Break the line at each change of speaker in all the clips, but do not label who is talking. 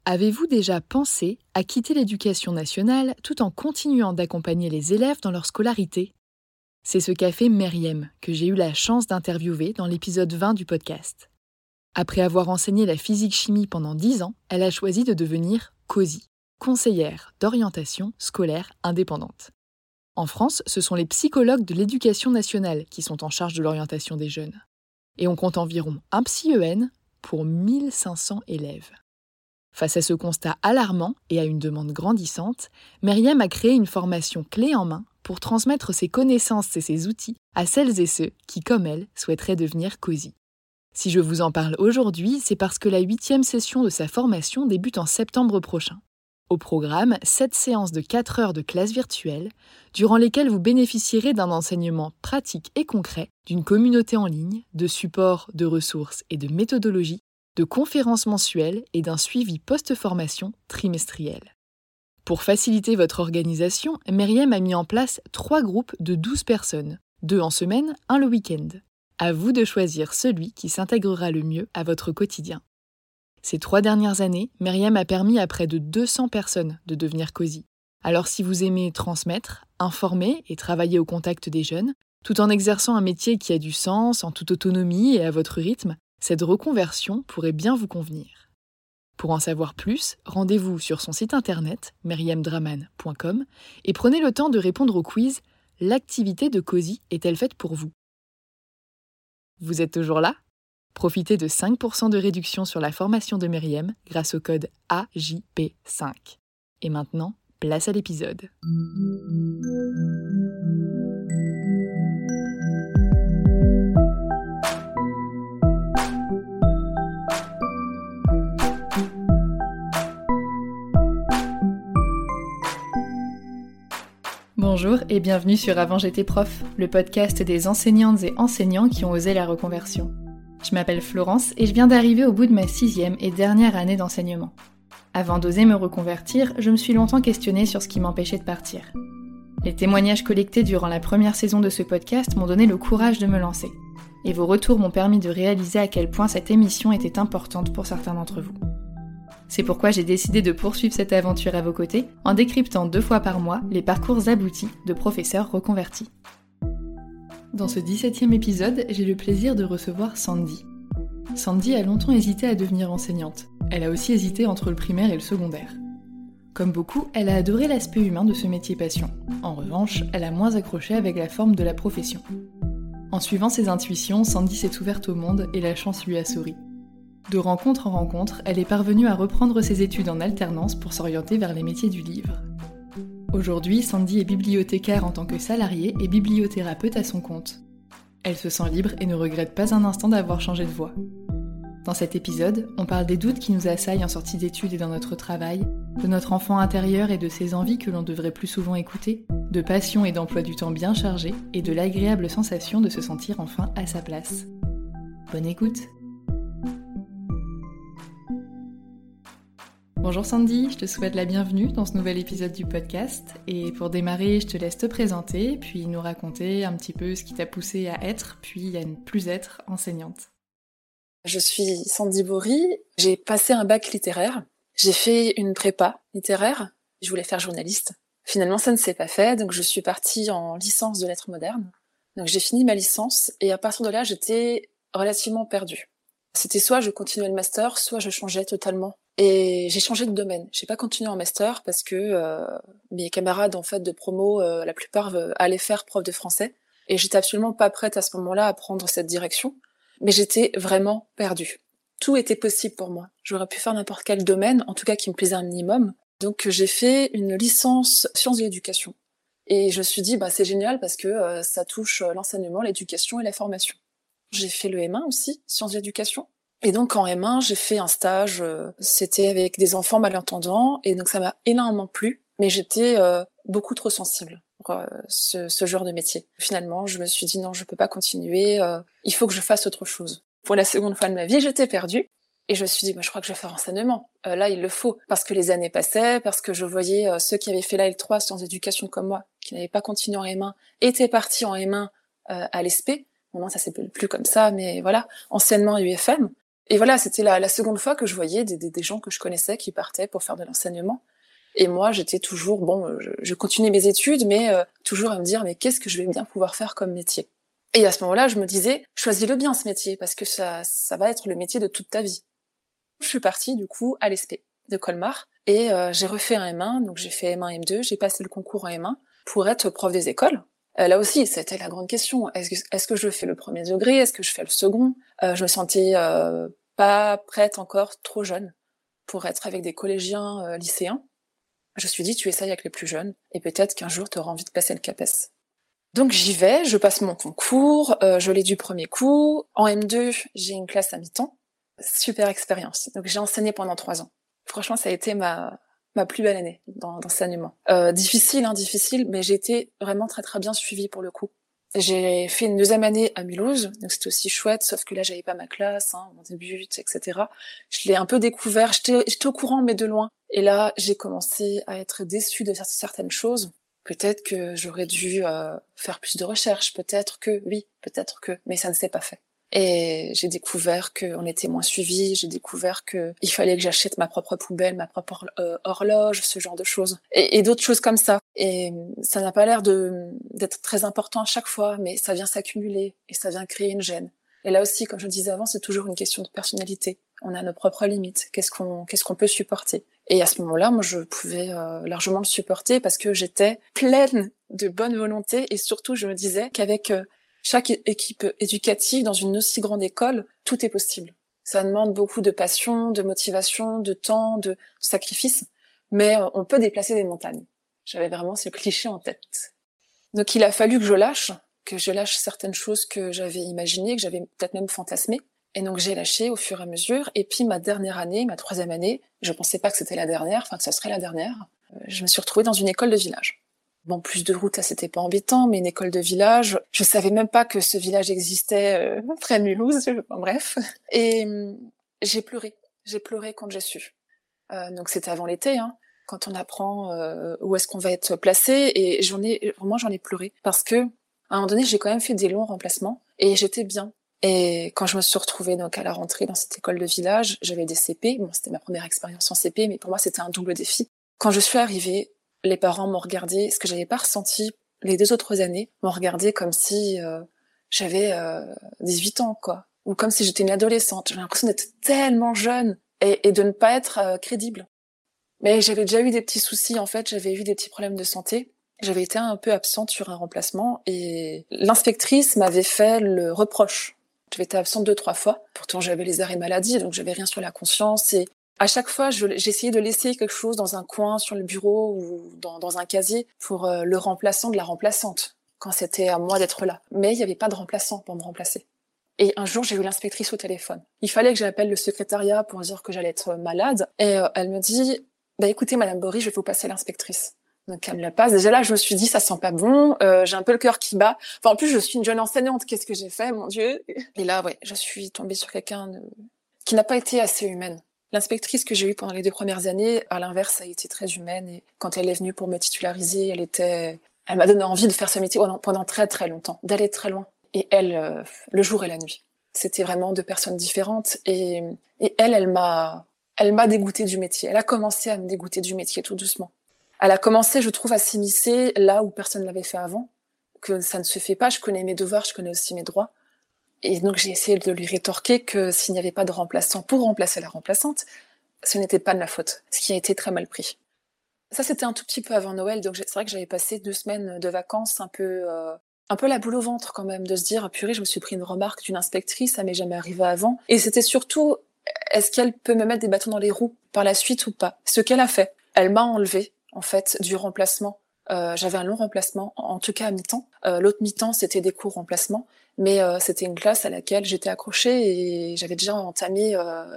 Avez-vous déjà pensé à quitter l'éducation nationale tout en continuant d'accompagner les élèves dans leur scolarité ? C'est ce qu'a fait Meriem, que j'ai eu la chance d'interviewer dans l'épisode 20 du podcast. Après avoir enseigné la physique-chimie pendant 10 ans, elle a choisi de devenir COSI, conseillère d'orientation scolaire indépendante. En France, ce sont les psychologues de l'éducation nationale qui sont en charge de l'orientation des jeunes. Et on compte environ un psy-EN pour 1500 élèves. Face à ce constat alarmant et à une demande grandissante, Meriem a créé une formation clé en main pour transmettre ses connaissances et ses outils à celles et ceux qui, comme elle, souhaiteraient devenir COSI. Si je vous en parle aujourd'hui, c'est parce que la 8e session de sa formation débute en septembre prochain. Au programme, 7 séances de 4 heures de classe virtuelle, durant lesquelles vous bénéficierez d'un enseignement pratique et concret, d'une communauté en ligne, de supports, de ressources et de méthodologies, de conférences mensuelles et d'un suivi post-formation trimestriel. Pour faciliter votre organisation, Meriem a mis en place 3 groupes de 12 personnes, 2 en semaine, 1 le week-end. À vous de choisir celui qui s'intégrera le mieux à votre quotidien. Ces 3 dernières années, Meriem a permis à près de 200 personnes de devenir COSI. Alors si vous aimez transmettre, informer et travailler au contact des jeunes, tout en exerçant un métier qui a du sens, en toute autonomie et à votre rythme, cette reconversion pourrait bien vous convenir. Pour en savoir plus, rendez-vous sur son site internet meriemdraman.com et prenez le temps de répondre au quiz « L'activité de COSI est-elle faite pour vous ?» Vous êtes toujours là ? Profitez de 5% de réduction sur la formation de Meriem grâce au code AJP5. Et maintenant, place à l'épisode. Bonjour et bienvenue sur Avant j'étais prof, le podcast des enseignantes et enseignants qui ont osé la reconversion. Je m'appelle Florence et je viens d'arriver au bout de ma 6e et dernière année d'enseignement. Avant d'oser me reconvertir, je me suis longtemps questionnée sur ce qui m'empêchait de partir. Les témoignages collectés durant la première saison de ce podcast m'ont donné le courage de me lancer. Et vos retours m'ont permis de réaliser à quel point cette émission était importante pour certains d'entre vous. C'est pourquoi j'ai décidé de poursuivre cette aventure à vos côtés en décryptant 2 fois par mois les parcours aboutis de professeurs reconvertis. Dans ce 17e épisode, j'ai le plaisir de recevoir Sandy. Sandy a longtemps hésité à devenir enseignante. Elle a aussi hésité entre le primaire et le secondaire. Comme beaucoup, elle a adoré l'aspect humain de ce métier passion. En revanche, elle a moins accroché avec la forme de la profession. En suivant ses intuitions, Sandy s'est ouverte au monde et la chance lui a souri. De rencontre en rencontre, elle est parvenue à reprendre ses études en alternance pour s'orienter vers les métiers du livre. Aujourd'hui, Sandy est bibliothécaire en tant que salariée et bibliothérapeute à son compte. Elle se sent libre et ne regrette pas un instant d'avoir changé de voie. Dans cet épisode, on parle des doutes qui nous assaillent en sortie d'études et dans notre travail, de notre enfant intérieur et de ses envies que l'on devrait plus souvent écouter, de passion et d'emploi du temps bien chargé et de l'agréable sensation de se sentir enfin à sa place. Bonne écoute! Bonjour Sandy, je te souhaite la bienvenue dans ce nouvel épisode du podcast et pour démarrer, je te laisse te présenter puis nous raconter un petit peu ce qui t'a poussé à être puis à ne plus être enseignante.
Je suis Sandy Bory, j'ai passé un bac littéraire, j'ai fait une prépa littéraire, je voulais faire journaliste. Finalement ça ne s'est pas fait, donc je suis partie en licence de lettres modernes. Donc j'ai fini ma licence et à partir de là j'étais relativement perdue. C'était soit je continuais le master, soit je changeais totalement. Et j'ai changé de domaine. J'ai pas continué en master parce que mes camarades en fait de promo, la plupart allaient faire prof de français. Et j'étais absolument pas prête à ce moment-là à prendre cette direction. Mais j'étais vraiment perdue. Tout était possible pour moi. J'aurais pu faire n'importe quel domaine, en tout cas qui me plaisait un minimum. Donc j'ai fait une licence sciences de l'éducation. Et je me suis dit, c'est génial parce que ça touche l'enseignement, l'éducation et la formation. J'ai fait le M1 aussi, sciences de l'éducation. Et donc en M1, j'ai fait un stage, c'était avec des enfants malentendants, et donc ça m'a énormément plu, mais j'étais beaucoup trop sensible pour ce genre de métier. Finalement, je me suis dit non, je peux pas continuer, il faut que je fasse autre chose. Pour la seconde fois de ma vie, j'étais perdue, et je me suis dit, je crois que je vais faire enseignement. Là, il le faut, parce que les années passaient, parce que je voyais ceux qui avaient fait la L3 sciences d'éducation comme moi, qui n'avaient pas continué en M1, étaient partis en M1 à l'ESP. Maintenant, ça s'appelle plus comme ça, mais voilà, anciennement UFM. Et voilà, c'était la seconde fois que je voyais des gens que je connaissais qui partaient pour faire de l'enseignement. Et moi, j'étais toujours, je continuais mes études, mais toujours à me dire, mais qu'est-ce que je vais bien pouvoir faire comme métier? Et à ce moment-là, je me disais, choisis-le bien ce métier, parce que ça va être le métier de toute ta vie. Je suis partie, du coup, à l'ESP de Colmar, et j'ai refait un M1, donc j'ai fait M1, M2, j'ai passé le concours en M1 pour être prof des écoles. Là aussi, c'était la grande question. Est-ce que je fais le premier degré? Est-ce que je fais le second? Je me sentais pas prête encore, trop jeune, pour être avec des collégiens lycéens. Je me suis dit, tu essayes avec les plus jeunes, et peut-être qu'un jour, tu auras envie de passer le CAPES. Donc j'y vais, je passe mon concours, je l'ai du premier coup. En M2, j'ai une classe à mi-temps. Super expérience. Donc j'ai enseigné pendant 3 ans. Franchement, ça a été ma plus belle année d'enseignement. Difficile, mais j'ai été vraiment très très bien suivie pour le coup. J'ai fait une deuxième année à Mulhouse, donc c'était aussi chouette, sauf que là j'avais pas ma classe, mon début, etc. Je l'ai un peu découvert, j'étais au courant mais de loin. Et là j'ai commencé à être déçue de certaines choses. Peut-être que j'aurais dû faire plus de recherches, peut-être que, mais ça ne s'est pas fait. Et j'ai découvert qu'on était moins suivi, j'ai découvert qu'il fallait que j'achète ma propre poubelle, ma propre horloge, ce genre de choses. Et d'autres choses comme ça. Et ça n'a pas l'air d'être très important à chaque fois, mais ça vient s'accumuler et ça vient créer une gêne. Et là aussi, comme je disais avant, c'est toujours une question de personnalité. On a nos propres limites. Qu'est-ce qu'on peut supporter? Et à ce moment-là, moi, je pouvais largement le supporter parce que j'étais pleine de bonne volonté et surtout, je me disais qu'avec chaque équipe éducative dans une aussi grande école, tout est possible. Ça demande beaucoup de passion, de motivation, de temps, de sacrifice, mais on peut déplacer des montagnes. J'avais vraiment ce cliché en tête. Donc il a fallu que je lâche certaines choses que j'avais imaginées, que j'avais peut-être même fantasmées. Et donc j'ai lâché au fur et à mesure. Et puis ma dernière année, ma 3e année, je pensais pas que c'était la dernière, enfin que ça serait la dernière. Je me suis retrouvée dans une école de village. Bon, plus de route, ça c'était pas embêtant, mais une école de village, je savais même pas que ce village existait près de Mulhouse, bref. Et j'ai pleuré quand j'ai su. Donc c'était avant l'été, quand on apprend où est-ce qu'on va être placé, et j'en ai pleuré, parce que à un moment donné, j'ai quand même fait des longs remplacements, et j'étais bien. Et quand je me suis retrouvée donc à la rentrée dans cette école de village, j'avais des CP, bon c'était ma première expérience en CP, mais pour moi c'était un double défi. Quand je suis arrivée, les parents m'ont regardé, ce que j'avais pas ressenti les 2 autres années, m'ont regardé comme si j'avais 18 ans, quoi. Ou comme si j'étais une adolescente. J'avais l'impression d'être tellement jeune et de ne pas être crédible. Mais j'avais déjà eu des petits soucis, en fait, j'avais eu des petits problèmes de santé. J'avais été un peu absente sur un remplacement et l'inspectrice m'avait fait le reproche. J'avais été absente 2-3 fois. Pourtant, j'avais les arrêts maladie, donc j'avais rien sur la conscience et à chaque fois, j'essayais de laisser quelque chose dans un coin sur le bureau ou dans un casier pour le remplaçant de la remplaçante, quand c'était à moi d'être là. Mais il n'y avait pas de remplaçant pour me remplacer. Et un jour, j'ai eu l'inspectrice au téléphone. Il fallait que j'appelle le secrétariat pour dire que j'allais être malade. Et elle me dit, écoutez, Madame Bory, je vais vous passer l'inspectrice. Donc elle me la passe. Déjà là, je me suis dit, ça sent pas bon. J'ai un peu le cœur qui bat. Enfin, en plus, je suis une jeune enseignante. Qu'est-ce que j'ai fait, mon Dieu? Et là, ouais, je suis tombée sur quelqu'un qui n'a pas été assez humaine. L'inspectrice que j'ai eue pendant les 2 premières années, à l'inverse, a été très humaine. Et quand elle est venue pour me titulariser, elle m'a donné envie de faire ce métier pendant très très longtemps, d'aller très loin. Et elle, le jour et la nuit. C'était vraiment 2 personnes différentes. Et elle m'a dégoûtée du métier. Elle a commencé à me dégoûter du métier tout doucement. Elle a commencé, je trouve, à s'immiscer là où personne ne l'avait fait avant. Que ça ne se fait pas. Je connais mes devoirs, je connais aussi mes droits. Et donc j'ai essayé de lui rétorquer que s'il n'y avait pas de remplaçant pour remplacer la remplaçante, ce n'était pas de ma faute, ce qui a été très mal pris. Ça, c'était un tout petit peu avant Noël, donc c'est vrai que j'avais passé 2 semaines de vacances un peu la boule au ventre quand même, de se dire, purée, je me suis pris une remarque d'une inspectrice, ça m'est jamais arrivé avant. Et c'était surtout, est-ce qu'elle peut me mettre des bâtons dans les roues par la suite ou pas? Ce qu'elle a fait, elle m'a enlevé, en fait, du remplacement. J'avais un long remplacement, en tout cas à mi-temps. L'autre mi-temps, c'était des cours remplacement, mais c'était une classe à laquelle j'étais accrochée et j'avais déjà entamé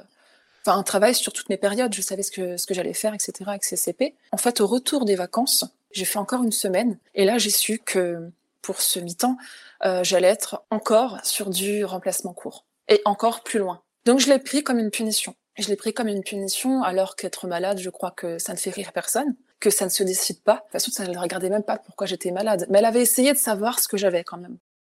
un travail sur toutes mes périodes. Je savais ce que j'allais faire, etc. avec ces CP. En fait, au retour des vacances, j'ai fait encore une semaine et là, j'ai su que pour ce mi-temps, j'allais être encore sur du remplacement court et encore plus loin. Donc, je l'ai pris comme une punition. Je l'ai pris comme une punition alors qu'être malade, je crois que ça ne fait rire personne, que ça ne se décide pas. De toute façon, ça ne regardait même pas pourquoi j'étais malade. Mais elle avait essayé de savoir ce que j'avais quand même.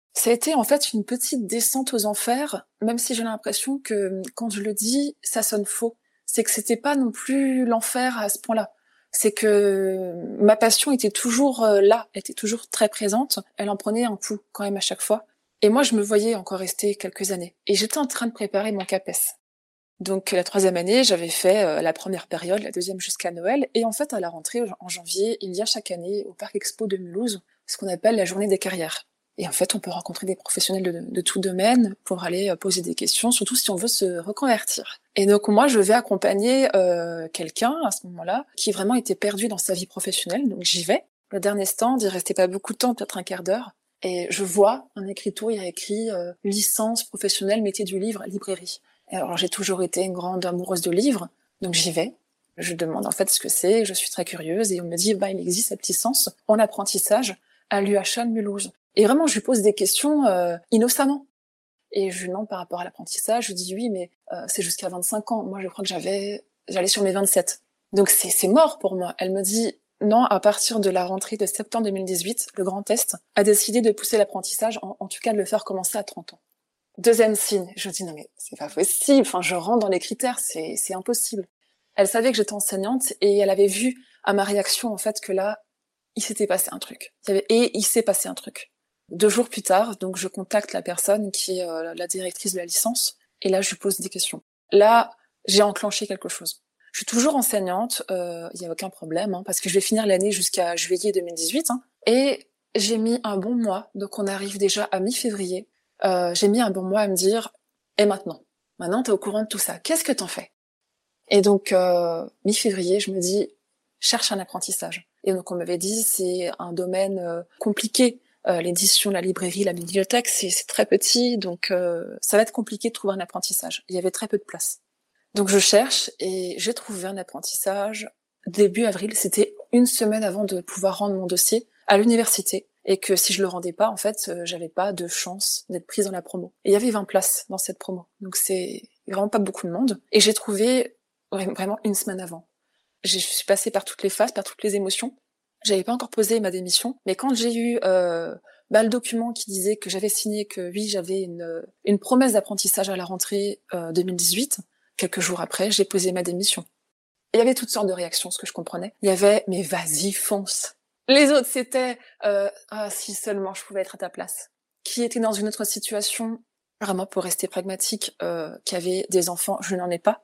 Ça a été en fait une petite descente aux enfers, même si j'ai l'impression que quand je le dis, ça sonne faux. C'est que c'était pas non plus l'enfer à ce point-là. C'est que ma passion était toujours là, était toujours très présente. Elle en prenait un coup quand même à chaque fois. Et moi, je me voyais encore rester quelques années. Et j'étais en train de préparer mon CAPES. Donc la 3e année, j'avais fait la première période, la 2e jusqu'à Noël. Et en fait, à la rentrée, en janvier, il y a chaque année au Parc Expo de Mulhouse ce qu'on appelle la journée des carrières. Et en fait, on peut rencontrer des professionnels de tout domaine pour aller poser des questions, surtout si on veut se reconvertir. Et donc moi, je vais accompagner quelqu'un à ce moment-là qui vraiment était perdu dans sa vie professionnelle. Donc j'y vais. Le dernier stand, il restait pas beaucoup de temps, peut-être un quart d'heure. Et je vois un écriteau, il y a écrit licence professionnelle, métier du livre, librairie. Et alors j'ai toujours été une grande amoureuse de livres, donc j'y vais. Je demande en fait ce que c'est, je suis très curieuse et on me dit il existe cette licence en apprentissage à l'UHA de Mulhouse. Et vraiment je lui pose des questions innocemment. Et je lui demande par rapport à l'apprentissage, je dis oui mais c'est jusqu'à 25 ans. Moi je crois que j'allais sur mes 27. Donc c'est mort pour moi. Elle me dit non, à partir de la rentrée de septembre 2018, le Grand Est a décidé de pousser l'apprentissage, en tout cas de le faire commencer à 30 ans. 2e signe, je dis non mais c'est pas possible, enfin je rentre dans les critères, c'est impossible. Elle savait que j'étais enseignante et elle avait vu à ma réaction en fait que là, il s'était passé un truc. Il s'est passé un truc. 2 jours plus tard, donc je contacte la personne qui est la directrice de la licence et là je lui pose des questions. Là, j'ai enclenché quelque chose. Je suis toujours enseignante, il y a aucun problème, hein, parce que je vais finir l'année jusqu'à juillet 2018, hein, et j'ai mis un bon mois, donc on arrive déjà à mi-février. J'ai mis un bon mois à me dire et maintenant t'es au courant de tout ça, qu'est-ce que t'en fais? Et donc mi-février je me dis cherche un apprentissage. Et donc on m'avait dit c'est un domaine compliqué, l'édition, la librairie, la bibliothèque c'est très petit, donc ça va être compliqué de trouver un apprentissage. Il y avait très peu de place. Donc je cherche et j'ai trouvé un apprentissage début avril, c'était 1 semaine avant de pouvoir rendre mon dossier à l'université. Et que si je le rendais pas, en fait, j'avais pas de chance d'être prise dans la promo. Et il y avait 20 places dans cette promo. Donc c'est vraiment pas beaucoup de monde. Et j'ai trouvé vraiment 1 semaine avant. Je suis passée par toutes les phases, par toutes les émotions. J'avais pas encore posé ma démission. Mais quand j'ai eu le document qui disait que j'avais signé que oui, j'avais une promesse d'apprentissage à la rentrée 2018, quelques jours après, j'ai posé ma démission. Et il y avait toutes sortes de réactions, ce que je comprenais. Il y avait « mais vas-y, fonce ». Les autres, c'était si seulement je pouvais être à ta place. Qui était dans une autre situation, vraiment pour rester pragmatique, qui avait des enfants, je n'en ai pas.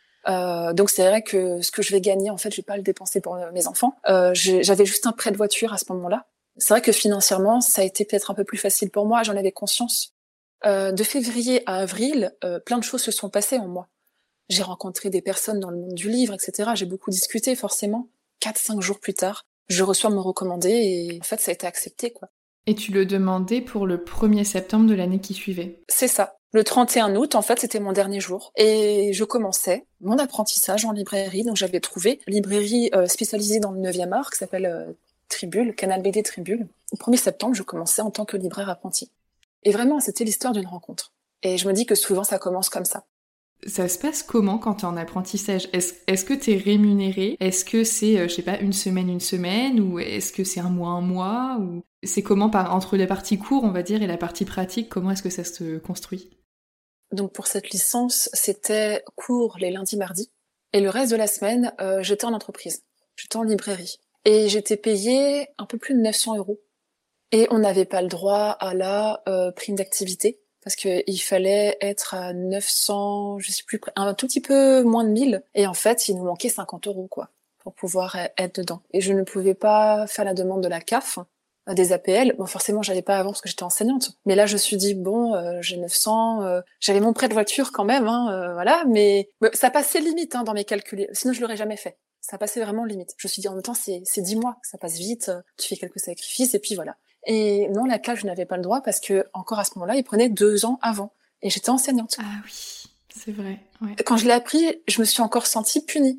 Donc c'est vrai que ce que je vais gagner, en fait, je vais pas le dépenser pour mes enfants. J'avais juste un prêt de voiture à ce moment-là. C'est vrai que financièrement, ça a été peut-être un peu plus facile pour moi, j'en avais conscience. De février à avril, plein de choses se sont passées en moi. J'ai rencontré des personnes dans le monde du livre, etc. J'ai beaucoup discuté, forcément. 4-5 jours plus tard, je reçois mon recommandé et en fait, ça a été accepté, quoi.
Et tu le demandais pour le 1er septembre de l'année qui suivait?
C'est ça. Le 31 août, en fait, c'était mon dernier jour. Et je commençais mon apprentissage en librairie. Donc, j'avais trouvé une librairie spécialisée dans le 9e art qui s'appelle Tribule, Canal BD Tribule. Au 1er septembre, je commençais en tant que libraire apprenti. Et vraiment, c'était l'histoire d'une rencontre. Et je me dis que souvent, ça commence comme ça.
Ça se passe comment quand t'es en apprentissage? Est-ce que t'es rémunéré? Est-ce que c'est, je sais pas, une semaine? Ou est-ce que c'est un mois? Ou c'est comment entre les parties cours, on va dire, et la partie pratique, comment est-ce que ça se construit?
Donc pour cette licence, c'était cours les lundis, mardis. Et le reste de la semaine, j'étais en entreprise. J'étais en librairie. Et j'étais payée un peu plus de 900 €. Et on n'avait pas le droit à la prime d'activité. Parce qu'il fallait être à 900, je sais plus, un tout petit peu moins de 1000. Et en fait, il nous manquait 50 €, quoi, pour pouvoir être dedans. Et je ne pouvais pas faire la demande de la CAF, des APL. Bon, forcément, j'avais pas avant parce que j'étais enseignante. Mais là, je me suis dit, bon, j'ai 900, j'avais mon prêt de voiture quand même, voilà. Mais ça passait limite dans mes calculs. Sinon, je l'aurais jamais fait. Ça passait vraiment limite. Je me suis dit, en même temps, c'est 10 mois, ça passe vite, tu fais quelques sacrifices, et puis voilà. Et non, la CAF, je n'avais pas le droit parce que, encore à ce moment-là, il prenait 2 ans avant. Et j'étais enseignante.
Ah oui, c'est vrai, ouais.
Quand je l'ai appris, je me suis encore sentie punie.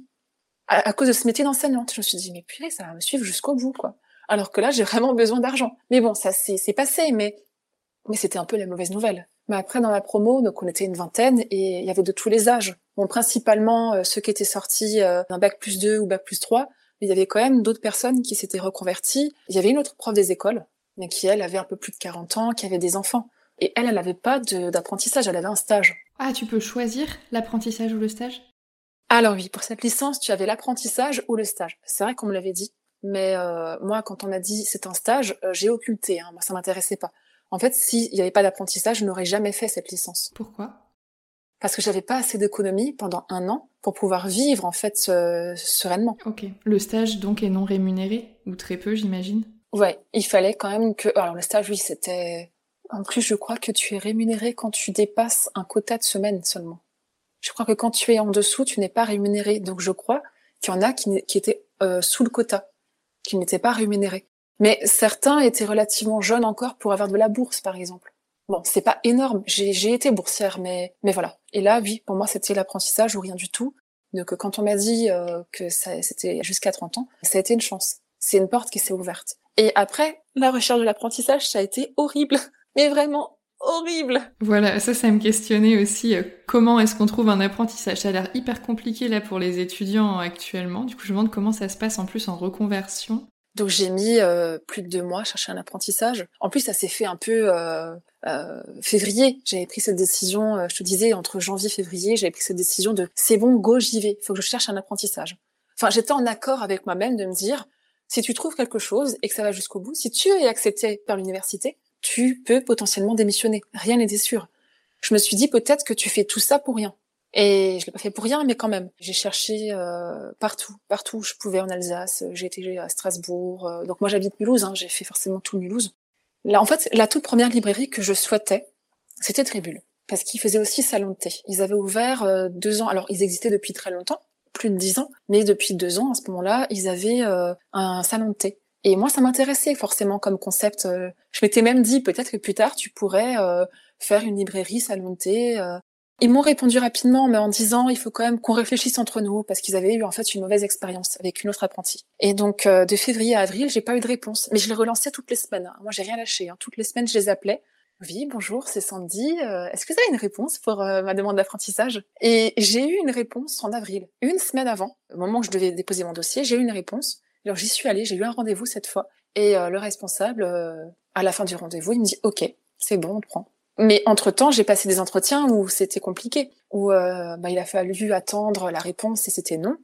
À cause de ce métier d'enseignante. Je me suis dit, mais purée, ça va me suivre jusqu'au bout, quoi. Alors que là, j'ai vraiment besoin d'argent. Mais bon, ça c'est passé, mais c'était un peu la mauvaise nouvelle. Mais après, dans la promo, donc on était une vingtaine et il y avait de tous les âges. Bon, principalement ceux qui étaient sortis d'un bac+2 ou bac+3, mais il y avait quand même d'autres personnes qui s'étaient reconverties. Il y avait une autre prof des écoles mais qui, elle, avait un peu plus de 40 ans, qui avait des enfants. Et elle n'avait pas d'apprentissage, elle avait un stage.
Ah, tu peux choisir l'apprentissage ou le stage?
Alors oui, pour cette licence, tu avais l'apprentissage ou le stage. C'est vrai qu'on me l'avait dit, mais moi, quand on m'a dit c'est un stage, j'ai occulté, hein, moi ça m'intéressait pas. En fait, s'il n'y avait pas d'apprentissage, je n'aurais jamais fait cette licence.
Pourquoi?
Parce que j'avais pas assez d'économies pendant 1 an pour pouvoir vivre, en fait, sereinement.
Ok. Le stage, donc, est non rémunéré? Ou très peu, j'imagine?
Ouais, il fallait quand même que... Alors le stage, oui, c'était... En plus, je crois que tu es rémunéré quand tu dépasses un quota de semaines seulement. Je crois que quand tu es en dessous, tu n'es pas rémunéré. Donc je crois qu'il y en a qui étaient sous le quota, qui n'étaient pas rémunérés. Mais certains étaient relativement jeunes encore pour avoir de la bourse, par exemple. Bon, c'est pas énorme. J'ai été boursière, mais voilà. Et là, oui, pour moi, c'était l'apprentissage ou rien du tout. Donc quand on m'a dit que c'était jusqu'à 30 ans, ça a été une chance. C'est une porte qui s'est ouverte. Et après, la recherche de l'apprentissage, ça a été horrible. Mais vraiment horrible.
Voilà, ça me questionnait aussi. Comment est-ce qu'on trouve un apprentissage? Ça a l'air hyper compliqué là pour les étudiants actuellement. Du coup, je me demande comment ça se passe en plus en reconversion.
Donc j'ai mis plus de 2 mois à chercher un apprentissage. En plus, ça s'est fait un peu février. J'avais pris cette décision, je te disais, entre janvier et février, j'avais pris cette décision de c'est bon, go, j'y vais. Il faut que je cherche un apprentissage. Enfin, j'étais en accord avec moi-même de me dire, si tu trouves quelque chose et que ça va jusqu'au bout, si tu es accepté par l'université, tu peux potentiellement démissionner. Rien n'était sûr. Je me suis dit peut-être que tu fais tout ça pour rien. Et je l'ai pas fait pour rien, mais quand même. J'ai cherché partout où je pouvais en Alsace. J'ai été à Strasbourg. Donc moi j'habite Mulhouse, hein, j'ai fait forcément tout Mulhouse. Là, en fait, la toute première librairie que je souhaitais, c'était Tribule. Parce qu'ils faisaient aussi salon de thé. Ils avaient ouvert 2 ans. Alors ils existaient depuis très longtemps, plus de 10 ans. Mais depuis 2 ans, à ce moment-là, ils avaient un salon de thé. Et moi, ça m'intéressait forcément comme concept. Je m'étais même dit, peut-être que plus tard, tu pourrais faire une librairie salon de thé. Ils m'ont répondu rapidement, mais en disant il faut quand même qu'on réfléchisse entre nous, parce qu'ils avaient eu en fait une mauvaise expérience avec une autre apprentie. Et donc de février à avril, j'ai pas eu de réponse, mais je les relançais toutes les semaines. Hein. Moi, j'ai rien lâché. Hein. Toutes les semaines, je les appelais. Oui, bonjour, c'est Sandy. Est-ce que vous avez une réponse pour ma demande d'apprentissage? Et j'ai eu une réponse en avril, une semaine avant, au moment où je devais déposer mon dossier, j'ai eu une réponse. Alors j'y suis allée, j'ai eu un rendez-vous cette fois, et le responsable, à la fin du rendez-vous, il me dit OK, c'est bon, on te prend. Mais entre-temps, j'ai passé des entretiens où c'était compliqué, où il a fallu attendre la réponse et c'était non.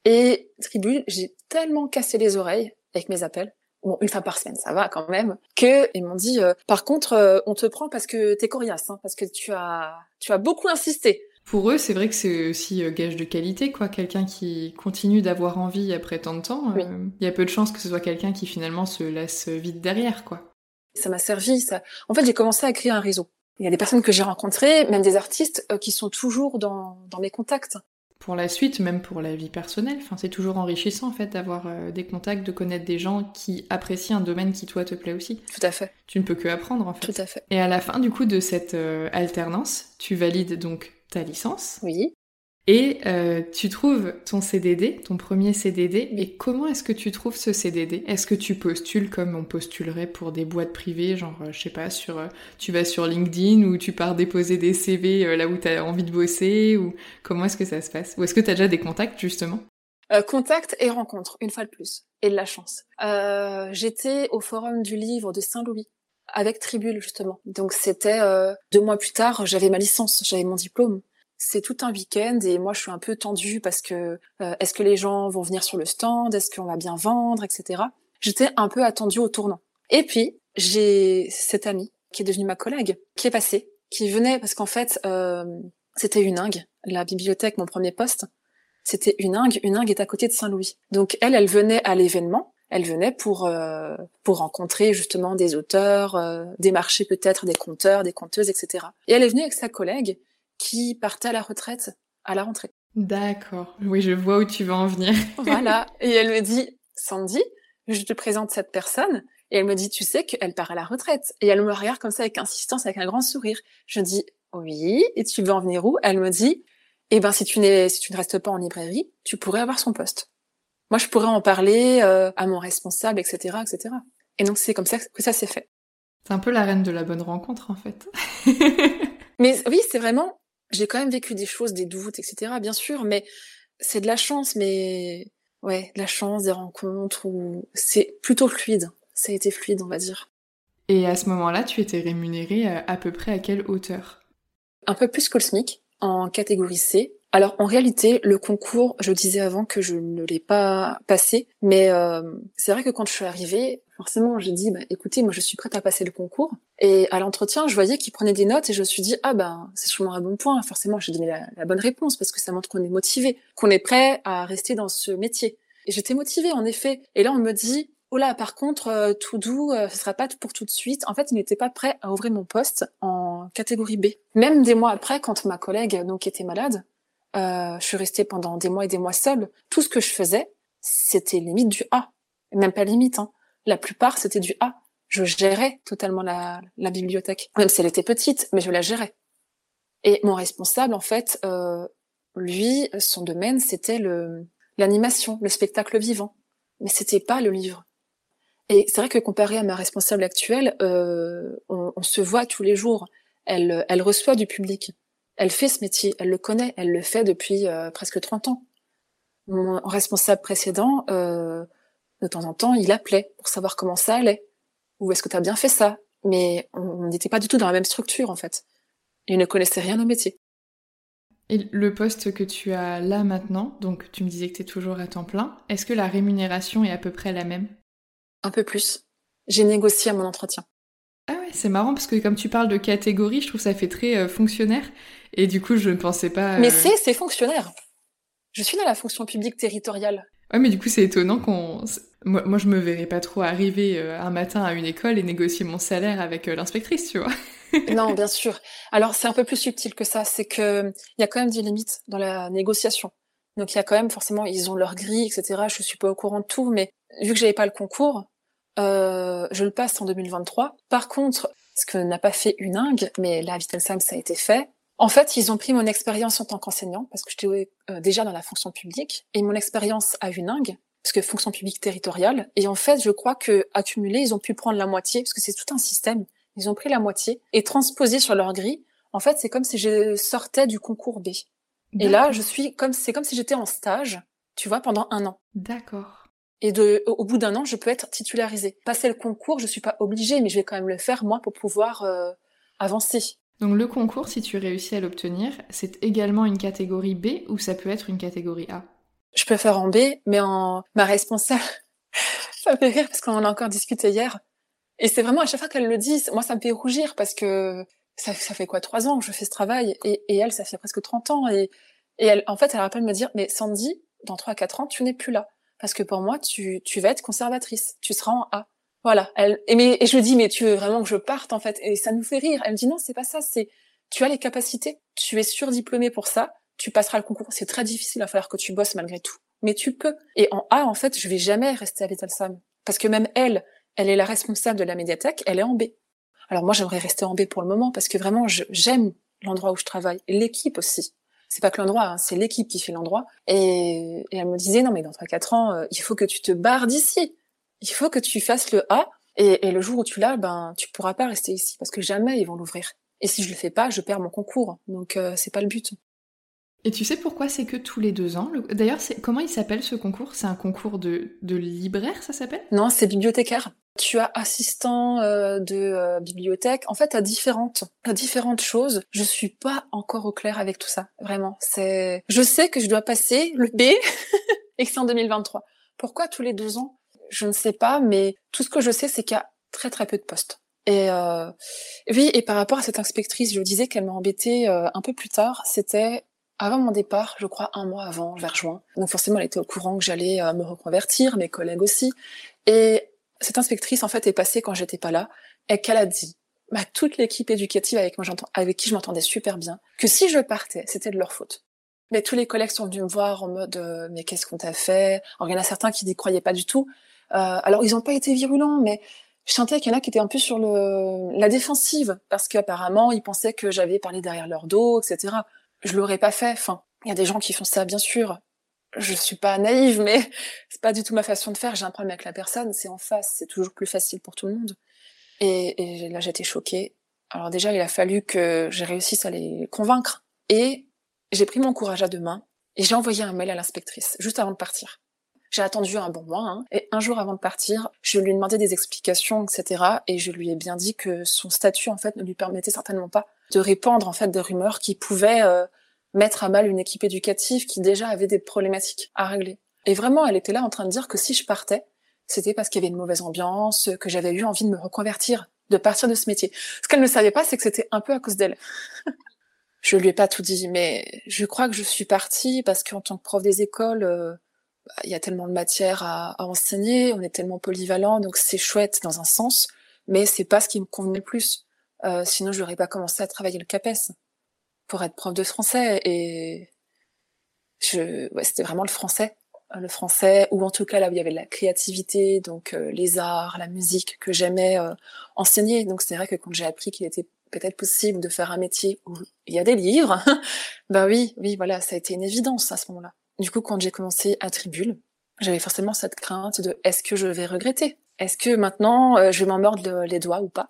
Et Tribule, j'ai tellement cassé les oreilles avec mes appels, bon, une fois par semaine, ça va quand même, que ils m'ont dit par contre, on te prend parce que t'es coriace, hein, parce que tu as beaucoup insisté.
Pour eux, c'est vrai que c'est aussi gage de qualité, quoi. Quelqu'un qui continue d'avoir envie après tant de temps,
Oui.
y a peu de chances que ce soit quelqu'un qui finalement se laisse vite derrière, quoi.
Ça m'a servi, ça. En fait, j'ai commencé à créer un réseau. Il y a des personnes que j'ai rencontrées, même des artistes, qui sont toujours dans mes contacts.
Pour la suite, même pour la vie personnelle, enfin, c'est toujours enrichissant en fait d'avoir des contacts, de connaître des gens qui apprécient un domaine qui toi te plaît aussi.
Tout à fait.
Tu ne peux que apprendre en fait.
Tout à fait.
Et à la fin du coup de cette alternance, tu valides donc ta licence.
Oui.
Et tu trouves ton CDD, ton premier CDD. Et comment est-ce que tu trouves ce CDD? Est-ce que tu postules comme on postulerait pour des boîtes privées, genre, je sais pas, tu vas sur LinkedIn ou tu pars déposer des CV là où t'as envie de bosser, ou comment est-ce que ça se passe? Ou est-ce que t'as déjà des contacts, justement?
Contact et rencontre, une fois de plus. Et de la chance. J'étais au Forum du Livre de Saint-Louis, avec Tribule, justement. Donc c'était 2 mois plus tard, j'avais ma licence, j'avais mon diplôme. C'est tout un week-end et moi je suis un peu tendue parce que est-ce que les gens vont venir sur le stand, est-ce qu'on va bien vendre, etc. J'étais un peu attendue au tournant. Et puis j'ai cette amie qui est devenue ma collègue, qui est passée, qui venait parce qu'en fait c'était Huningue, la bibliothèque, mon premier poste. C'était Huningue. Huningue est à côté de Saint-Louis. Donc elle venait à l'événement. Elle venait pour rencontrer justement des auteurs, démarcher peut-être des conteurs, des conteuses, etc. Et elle est venue avec sa collègue qui partait à la retraite à la rentrée.
D'accord. Oui, je vois où tu veux en venir.
Voilà. Et elle me dit, Sandy, je te présente cette personne. Et elle me dit, tu sais qu'elle part à la retraite. Et elle me regarde comme ça avec insistance, avec un grand sourire. Je dis, oui. Et tu veux en venir où? Elle me dit, eh ben, si tu ne restes pas en librairie, tu pourrais avoir son poste. Moi, je pourrais en parler à mon responsable, etc., etc. Et donc, c'est comme ça que ça s'est fait.
C'est un peu la reine de la bonne rencontre, en fait.
Mais oui, c'est vraiment... J'ai quand même vécu des choses, des doutes, etc., bien sûr, mais c'est de la chance, mais... Ouais, de la chance, des rencontres, ou... C'est plutôt fluide. Ça a été fluide, on va dire.
Et à ce moment-là, tu étais rémunérée à peu près à quelle hauteur?
Un peu plus que le SMIC, en catégorie C. Alors en réalité, le concours, je disais avant que je ne l'ai pas passé, mais c'est vrai que quand je suis arrivée, forcément j'ai dit écoutez, moi je suis prête à passer le concours. Et à l'entretien, je voyais qu'ils prenaient des notes et je me suis dit c'est sûrement un bon point. Forcément, j'ai donné la bonne réponse parce que ça montre qu'on est motivé, qu'on est prêt à rester dans ce métier. Et j'étais motivée en effet. Et là on me dit oh là, par contre, tout doux, ce sera pas pour tout de suite. En fait, il n'était pas prêt à ouvrir mon poste en catégorie B. Même des mois après, quand ma collègue donc était malade, je suis restée pendant des mois et des mois seule. Tout ce que je faisais, c'était limite du A. Même pas limite, hein. La plupart, c'était du A. Je gérais totalement la bibliothèque. Même si elle était petite, mais je la gérais. Et mon responsable, en fait, lui, son domaine, c'était l'animation, le spectacle vivant. Mais c'était pas le livre. Et c'est vrai que comparé à ma responsable actuelle, on se voit tous les jours. Elle reçoit du public. Elle fait ce métier, elle le connaît, elle le fait depuis presque 30 ans. Mon responsable précédent, de temps en temps, il appelait pour savoir comment ça allait. Ou est-ce que tu as bien fait ça? Mais on n'était pas du tout dans la même structure, en fait. Il ne connaissait rien au métier.
Et le poste que tu as là maintenant, donc tu me disais que tu es toujours à temps plein, est-ce que la rémunération est à peu près la même?
Un peu plus. J'ai négocié à mon entretien.
Ah ouais, c'est marrant parce que comme tu parles de catégorie, je trouve que ça fait très fonctionnaire. Et du coup, je ne pensais pas...
Mais c'est fonctionnaire. Je suis dans la fonction publique territoriale.
Ouais, mais du coup, c'est étonnant qu'on... Moi, je me verrais pas trop arriver un matin à une école et négocier mon salaire avec l'inspectrice, tu vois.
Non, bien sûr. Alors, c'est un peu plus subtil que ça. C'est que il y a quand même des limites dans la négociation. Donc, il y a quand même, forcément, ils ont leur grille, etc. Je suis pas au courant de tout, mais vu que j'avais pas le concours, je le passe en 2023. Par contre, ce que n'a pas fait Uningue, mais là, à Wittelsheim, ça a été fait. En fait, ils ont pris mon expérience en tant qu'enseignant, parce que j'étais déjà dans la fonction publique, et mon expérience à Uningue, parce que fonction publique territoriale. Et en fait, je crois que accumulé, ils ont pu prendre la moitié, parce que c'est tout un système. Ils ont pris la moitié et transposé sur leur grille. En fait, c'est comme si je sortais du concours B. Et là, c'est comme si j'étais en stage, tu vois, pendant 1 an.
D'accord.
Et au bout d'1 an, je peux être titularisée. Passer le concours, je suis pas obligée, mais je vais quand même le faire, moi, pour pouvoir avancer.
Donc le concours, si tu réussis à l'obtenir, c'est également une catégorie B ou ça peut être une catégorie A?
Je peux faire en B, mais ma responsable, ça me fait rire parce qu'on en a encore discuté hier. Et c'est vraiment à chaque fois qu'elle le dit, moi ça me fait rougir parce que ça fait quoi, 3 ans que je fais ce travail et elle, ça fait presque 30 ans. Et elle, en fait, elle arrête pas de me dire, mais Sandy, dans 3 à 4 ans, tu n'es plus là. Parce que pour moi, tu vas être conservatrice. Tu seras en A. Voilà. Et je lui dis, mais tu veux vraiment que je parte, en fait? Et ça nous fait rire. Elle me dit, non, c'est pas ça. Tu as les capacités. Tu es surdiplômée pour ça. Tu passeras le concours. C'est très difficile. Il va falloir que tu bosses malgré tout. Mais tu peux. Et en A, en fait, je vais jamais rester à Wittelsheim. Parce que même elle est la responsable de la médiathèque. Elle est en B. Alors moi, j'aimerais rester en B pour le moment parce que vraiment, j'aime l'endroit où je travaille. Et l'équipe aussi. C'est pas que l'endroit, hein, c'est l'équipe qui fait l'endroit. Et elle me disait, non mais dans 3-4 ans, il faut que tu te barres d'ici. Il faut que tu fasses le A. Et le jour où tu l'as, tu pourras pas rester ici. Parce que jamais ils vont l'ouvrir. Et si je le fais pas, je perds mon concours. Donc c'est pas le but.
Et tu sais pourquoi c'est que tous les 2 ans? D'ailleurs, comment il s'appelle ce concours? C'est un concours de libraire, ça s'appelle?
Non, c'est bibliothécaire. Tu as assistant de bibliothèque. En fait, t'as différentes choses. Je suis pas encore au clair avec tout ça, vraiment. Je sais que je dois passer le B et que c'est en 2023. Pourquoi tous les 2 ans? Je ne sais pas, mais tout ce que je sais, c'est qu'il y a très très peu de postes. Et oui, et par rapport à cette inspectrice, je disais qu'elle m'a embêtée un peu plus tard. C'était avant mon départ, je crois 1 mois avant, vers juin. Donc forcément, elle était au courant que j'allais me reconvertir, mes collègues aussi. Et cette inspectrice, en fait, est passée quand j'étais pas là, et qu'elle a dit, toute l'équipe éducative avec qui je m'entendais super bien, que si je partais, c'était de leur faute. Mais tous les collègues sont venus me voir en mode, mais qu'est-ce qu'on t'a fait? Alors, il y en a certains qui n'y croyaient pas du tout. Alors, ils n'ont pas été virulents, mais je sentais qu'il y en a qui étaient un peu sur la défensive, parce qu'apparemment, ils pensaient que j'avais parlé derrière leur dos, etc. Je l'aurais pas fait. Enfin, il y a des gens qui font ça, bien sûr. Je suis pas naïve, mais c'est pas du tout ma façon de faire. J'ai un problème avec la personne, c'est en face, c'est toujours plus facile pour tout le monde. Et là, j'étais choquée. Alors déjà, il a fallu que j'ai réussisse à les convaincre. Et j'ai pris mon courage à 2 mains et j'ai envoyé un mail à l'inspectrice, juste avant de partir. J'ai attendu un bon mois, hein, et un jour avant de partir, je lui ai demandé des explications, etc. Et je lui ai bien dit que son statut, en fait, ne lui permettait certainement pas de répandre, en fait, des rumeurs qui pouvaient mettre à mal une équipe éducative qui déjà avait des problématiques à régler. Et vraiment, elle était là en train de dire que si je partais, c'était parce qu'il y avait une mauvaise ambiance, que j'avais eu envie de me reconvertir, de partir de ce métier. Ce qu'elle ne savait pas, c'est que c'était un peu à cause d'elle. Je lui ai pas tout dit, mais je crois que je suis partie parce qu'en tant que prof des écoles, il y a tellement de matière à enseigner, on est tellement polyvalent, donc c'est chouette dans un sens, mais c'est pas ce qui me convenait le plus. Sinon, j'aurais pas commencé à travailler le CAPES pour être prof de français, et c'était vraiment le français, ou en tout cas là où il y avait de la créativité, donc les arts, la musique que j'aimais enseigner. Donc c'est vrai que quand j'ai appris qu'il était peut-être possible de faire un métier où il y a des livres, ben oui, voilà, ça a été une évidence à ce moment-là. Du coup, quand j'ai commencé à Tribule, j'avais forcément cette crainte de est-ce que je vais regretter? Est-ce que maintenant je vais m'en mordre les doigts ou pas?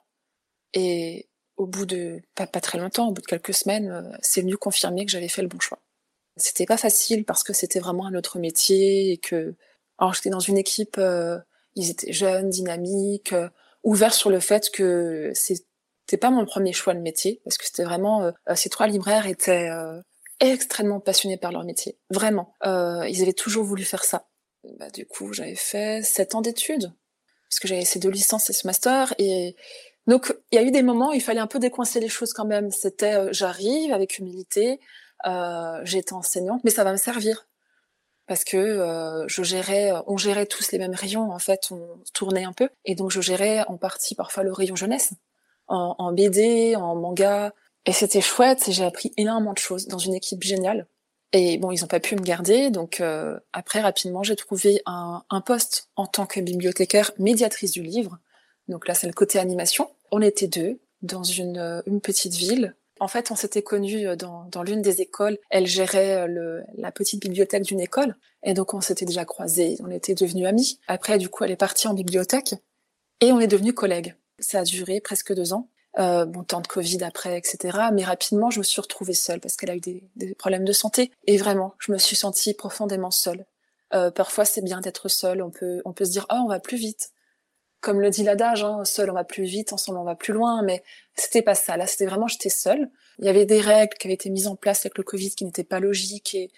Et au bout de pas très longtemps, au bout de quelques semaines, c'est venu confirmer que j'avais fait le bon choix. C'était pas facile parce que c'était vraiment un autre métier et que, alors j'étais dans une équipe, ils étaient jeunes, dynamiques, ouverts sur le fait que c'était pas mon premier choix le métier, parce que c'était vraiment, ces 3 libraires étaient extrêmement passionnés par leur métier, vraiment. Ils avaient toujours voulu faire ça. Bah, du coup, j'avais fait 7 ans d'études, puisque j'avais ces 2 licences et ce master, et donc il y a eu des moments où il fallait un peu décoincer les choses quand même. C'était, j'arrive avec humilité, j'étais enseignante, mais ça va me servir. Parce que on gérait tous les mêmes rayons, en fait, on tournait un peu. Et donc je gérais en partie parfois le rayon jeunesse, en BD, en manga. Et c'était chouette, et j'ai appris énormément de choses dans une équipe géniale. Et bon, ils ont pas pu me garder, donc après, rapidement, j'ai trouvé un poste en tant que bibliothécaire médiatrice du livre. Donc là, c'est le côté animation. On était 2 dans une petite ville. En fait, on s'était connus dans l'une des écoles. Elle gérait la petite bibliothèque d'une école. Et donc, on s'était déjà croisés. On était devenus amis. Après, du coup, elle est partie en bibliothèque. Et on est devenus collègues. Ça a duré presque 2 ans. Bon, temps de Covid après, etc. Mais rapidement, je me suis retrouvée seule parce qu'elle a eu des problèmes de santé. Et vraiment, je me suis sentie profondément seule. Parfois, c'est bien d'être seule. On peut se dire, oh, on va plus vite. Comme le dit l'adage, hein, seul on va plus vite, ensemble on va plus loin, mais c'était pas ça. Là, c'était vraiment, j'étais seule. Il y avait des règles qui avaient été mises en place avec le Covid qui n'étaient pas logiques, et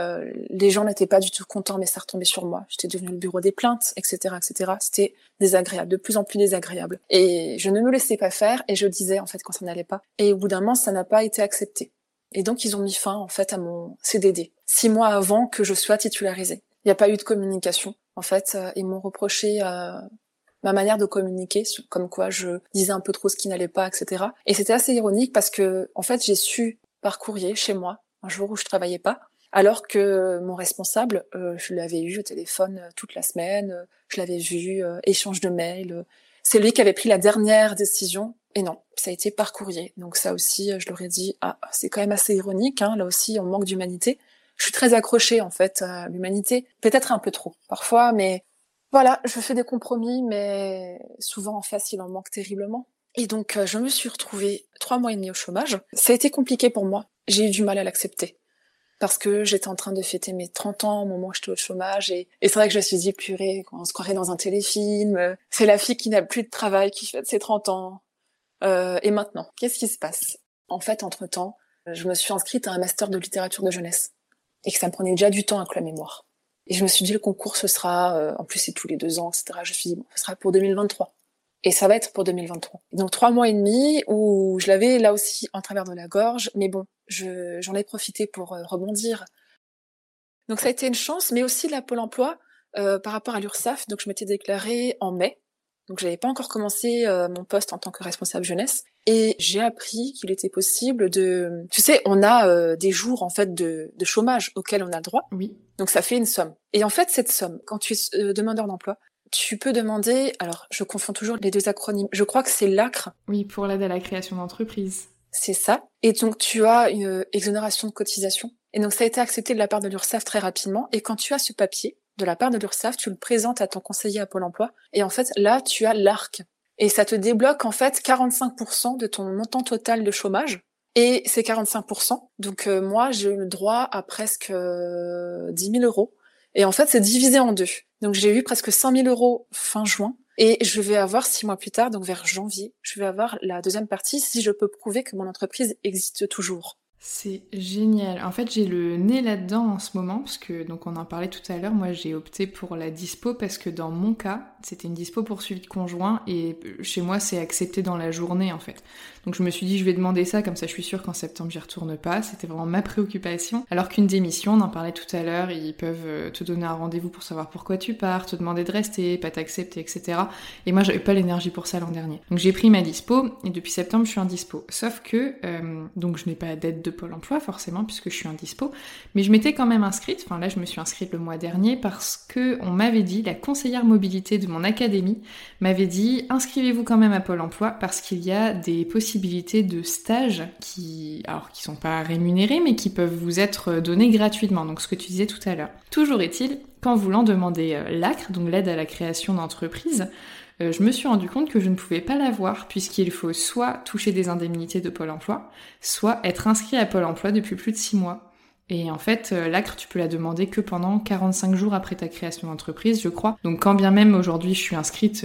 les gens n'étaient pas du tout contents, mais ça retombait sur moi. J'étais devenue le bureau des plaintes, etc., etc. C'était désagréable, de plus en plus désagréable. Et je ne me laissais pas faire, et je disais en fait quand ça n'allait pas. Et au bout d'un moment, ça n'a pas été accepté. Et donc ils ont mis fin en fait à mon CDD 6 mois avant que je sois titularisée. Il n'y a pas eu de communication. En fait, ils m'ont reproché ma manière de communiquer, comme quoi je disais un peu trop ce qui n'allait pas, etc. Et c'était assez ironique parce que, en fait, j'ai su par courrier chez moi, un jour où je travaillais pas, alors que mon responsable, je l'avais eu au téléphone toute la semaine, je l'avais vu, échange de mails. C'est lui qui avait pris la dernière décision. Et non, ça a été par courrier. Donc ça aussi, je leur ai dit, ah, c'est quand même assez ironique, hein, là aussi, on manque d'humanité. Je suis très accrochée, en fait, à l'humanité. Peut-être un peu trop, parfois, mais voilà, je fais des compromis, mais souvent en face, il en manque terriblement. Et donc, je me suis retrouvée 3 mois et demi au chômage. Ça a été compliqué pour moi. J'ai eu du mal à l'accepter. Parce que j'étais en train de fêter mes 30 ans au moment où j'étais au chômage. Et c'est vrai que je me suis dit, purée, on se croirait dans un téléfilm. C'est la fille qui n'a plus de travail, qui fête ses 30 ans. Et maintenant, qu'est-ce qui se passe? En fait, entre-temps, je me suis inscrite à un master de littérature de jeunesse. Et que ça me prenait déjà du temps avec la mémoire. Et je me suis dit, le concours, ce sera, en plus c'est tous les 2 ans, etc. Je me suis dit, bon, ce sera pour 2023. Et ça va être pour 2023. Donc 3 mois et demi où je l'avais là aussi en travers de la gorge, mais bon, j'en ai profité pour rebondir. Donc ça a été une chance, mais aussi la Pôle emploi par rapport à l'URSSAF. Donc je m'étais déclarée en mai. Donc j'avais pas encore commencé mon poste en tant que responsable jeunesse. Et j'ai appris qu'il était possible de... Tu sais, on a des jours en fait de chômage auxquels on a le droit.
Oui.
Donc ça fait une somme. Et en fait, cette somme, quand tu es demandeur d'emploi, tu peux demander... Alors, je confonds toujours les 2 acronymes. Je crois que c'est l'ACRE.
Oui, pour l'aide à la création d'entreprise.
C'est ça. Et donc, tu as une exonération de cotisation. Et donc, ça a été accepté de la part de l'URSSAF très rapidement. Et quand tu as ce papier de la part de l'URSSAF, tu le présentes à ton conseiller à Pôle emploi. Et en fait, là, tu as l'ARC. Et ça te débloque, en fait, 45% de ton montant total de chômage. Et c'est 45%. Donc, moi, j'ai eu le droit à presque 10 000 euros Et en fait, c'est divisé en 2. Donc, j'ai eu presque 100 000 € fin juin. Et je vais avoir 6 mois plus tard, donc vers janvier, je vais avoir la deuxième partie si je peux prouver que mon entreprise existe toujours.
C'est génial. En fait, j'ai le nez là-dedans en ce moment, parce que, donc on en parlait tout à l'heure, moi j'ai opté pour la dispo parce que dans mon cas, c'était une dispo pour suivi de conjoint et chez moi c'est accepté dans la journée en fait. Donc je me suis dit je vais demander ça, comme ça je suis sûre qu'en septembre j'y retourne pas. C'était vraiment ma préoccupation. Alors qu'une démission, on en parlait tout à l'heure, ils peuvent te donner un rendez-vous pour savoir pourquoi tu pars, te demander de rester, pas t'accepter, etc. Et moi j'avais pas l'énergie pour ça l'an dernier. Donc j'ai pris ma dispo et depuis septembre je suis en dispo. Sauf que, donc je n'ai pas d'aide de Pôle emploi forcément puisque je suis indispo, mais je m'étais quand même inscrite, enfin là je me suis inscrite le mois dernier parce que on m'avait dit, la conseillère mobilité de mon académie m'avait dit inscrivez-vous quand même à Pôle emploi parce qu'il y a des possibilités de stages qui sont pas rémunérés mais qui peuvent vous être donnés gratuitement, donc ce que tu disais tout à l'heure. Toujours est-il qu'en voulant demander l'ACRE, donc l'aide à la création d'entreprise, je me suis rendu compte que je ne pouvais pas l'avoir puisqu'il faut soit toucher des indemnités de Pôle emploi, soit être inscrit à Pôle emploi depuis plus de 6 mois. Et en fait, l'ACRE, tu peux la demander que pendant 45 jours après ta création d'entreprise, je crois. Donc quand bien même aujourd'hui je suis inscrite,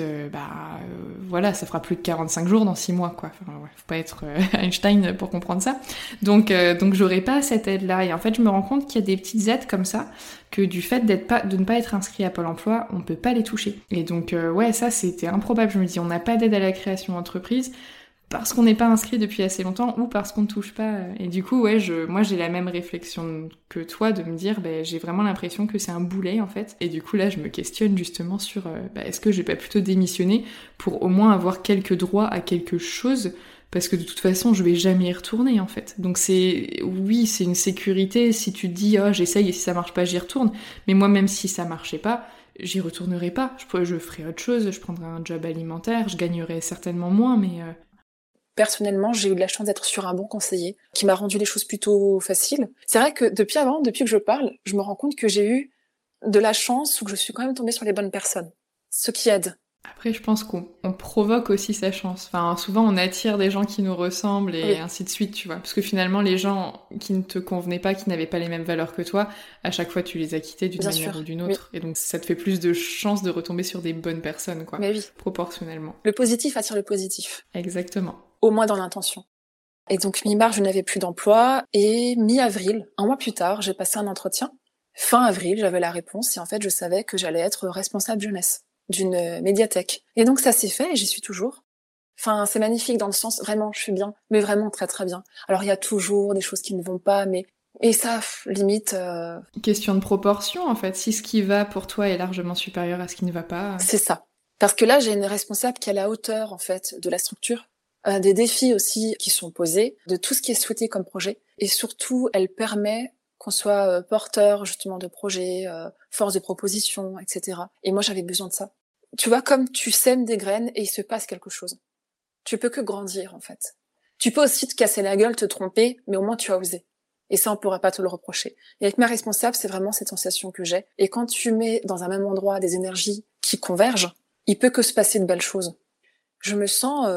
voilà, ça fera plus de 45 jours dans 6 mois, quoi. Enfin, ouais, faut pas être Einstein pour comprendre ça. Donc j'aurai pas cette aide-là. Et en fait, je me rends compte qu'il y a des petites aides comme ça, que du fait de ne pas être inscrit à Pôle emploi, on peut pas les toucher. Et donc, ouais, ça c'était improbable. Je me dis, on n'a pas d'aide à la création d'entreprise, parce qu'on n'est pas inscrit depuis assez longtemps ou parce qu'on ne touche pas. Et du coup, ouais, moi j'ai la même réflexion que toi de me dire, j'ai vraiment l'impression que c'est un boulet en fait. Et du coup là, je me questionne justement sur, est-ce que j'ai pas plutôt démissionné pour au moins avoir quelques droits à quelque chose, parce que de toute façon, je vais jamais y retourner en fait. Donc oui, c'est une sécurité si tu te dis, oh j'essaye et si ça marche pas, j'y retourne. Mais moi, même si ça marchait pas, j'y retournerai pas. Je ferai autre chose, je prendrai un job alimentaire, je gagnerai certainement moins, mais
Personnellement, j'ai eu de la chance d'être sur un bon conseiller qui m'a rendu les choses plutôt faciles. C'est vrai que depuis que je parle, je me rends compte que j'ai eu de la chance ou que je suis quand même tombée sur les bonnes personnes. Ce qui aide.
après, je pense qu'on provoque aussi sa chance. Enfin, souvent, on attire des gens qui nous ressemblent et
Oui,
ainsi de suite, tu vois. Parce que finalement, les gens qui ne te convenaient pas, qui n'avaient pas les mêmes valeurs que toi, à chaque fois, tu les as quittés d'une
bien
manière
sûr.
ou d'une
Oui,
autre. Et donc, ça te fait plus de chances de retomber sur des bonnes personnes, quoi.
mais oui.
Proportionnellement.
Le positif attire le positif.
Exactement.
Au moins dans l'intention. Et donc, mi-mars, je n'avais plus d'emploi. Et mi-avril, un mois plus tard, j'ai passé un entretien. Fin avril, j'avais la réponse. Et en fait, je savais que j'allais être responsable jeunesse d'une médiathèque. Et donc, ça s'est fait et j'y suis toujours. Enfin, c'est magnifique dans le sens, vraiment, je suis bien, mais vraiment très très bien. Alors, il y a toujours des choses qui ne vont pas, mais... Et ça, limite...
Question de proportion, en fait. Si ce qui va pour toi est largement supérieur à ce qui ne va pas...
C'est ça. Parce que là, j'ai une responsable qui est à la hauteur, en fait, de la structure, des défis aussi qui sont posés, de tout ce qui est souhaité comme projet. Et surtout, elle permet qu'on soit porteur, justement, de projets, force de proposition, etc. Et moi, j'avais besoin de ça. Tu vois, comme tu sèmes des graines et il se passe quelque chose. Tu peux que grandir, en fait. Tu peux aussi te casser la gueule, te tromper, mais au moins tu as osé. Et ça, on pourra pas te le reprocher. Et avec ma responsable, c'est vraiment cette sensation que j'ai. Et quand tu mets dans un même endroit des énergies qui convergent, il peut que se passer de belles choses. Je me sens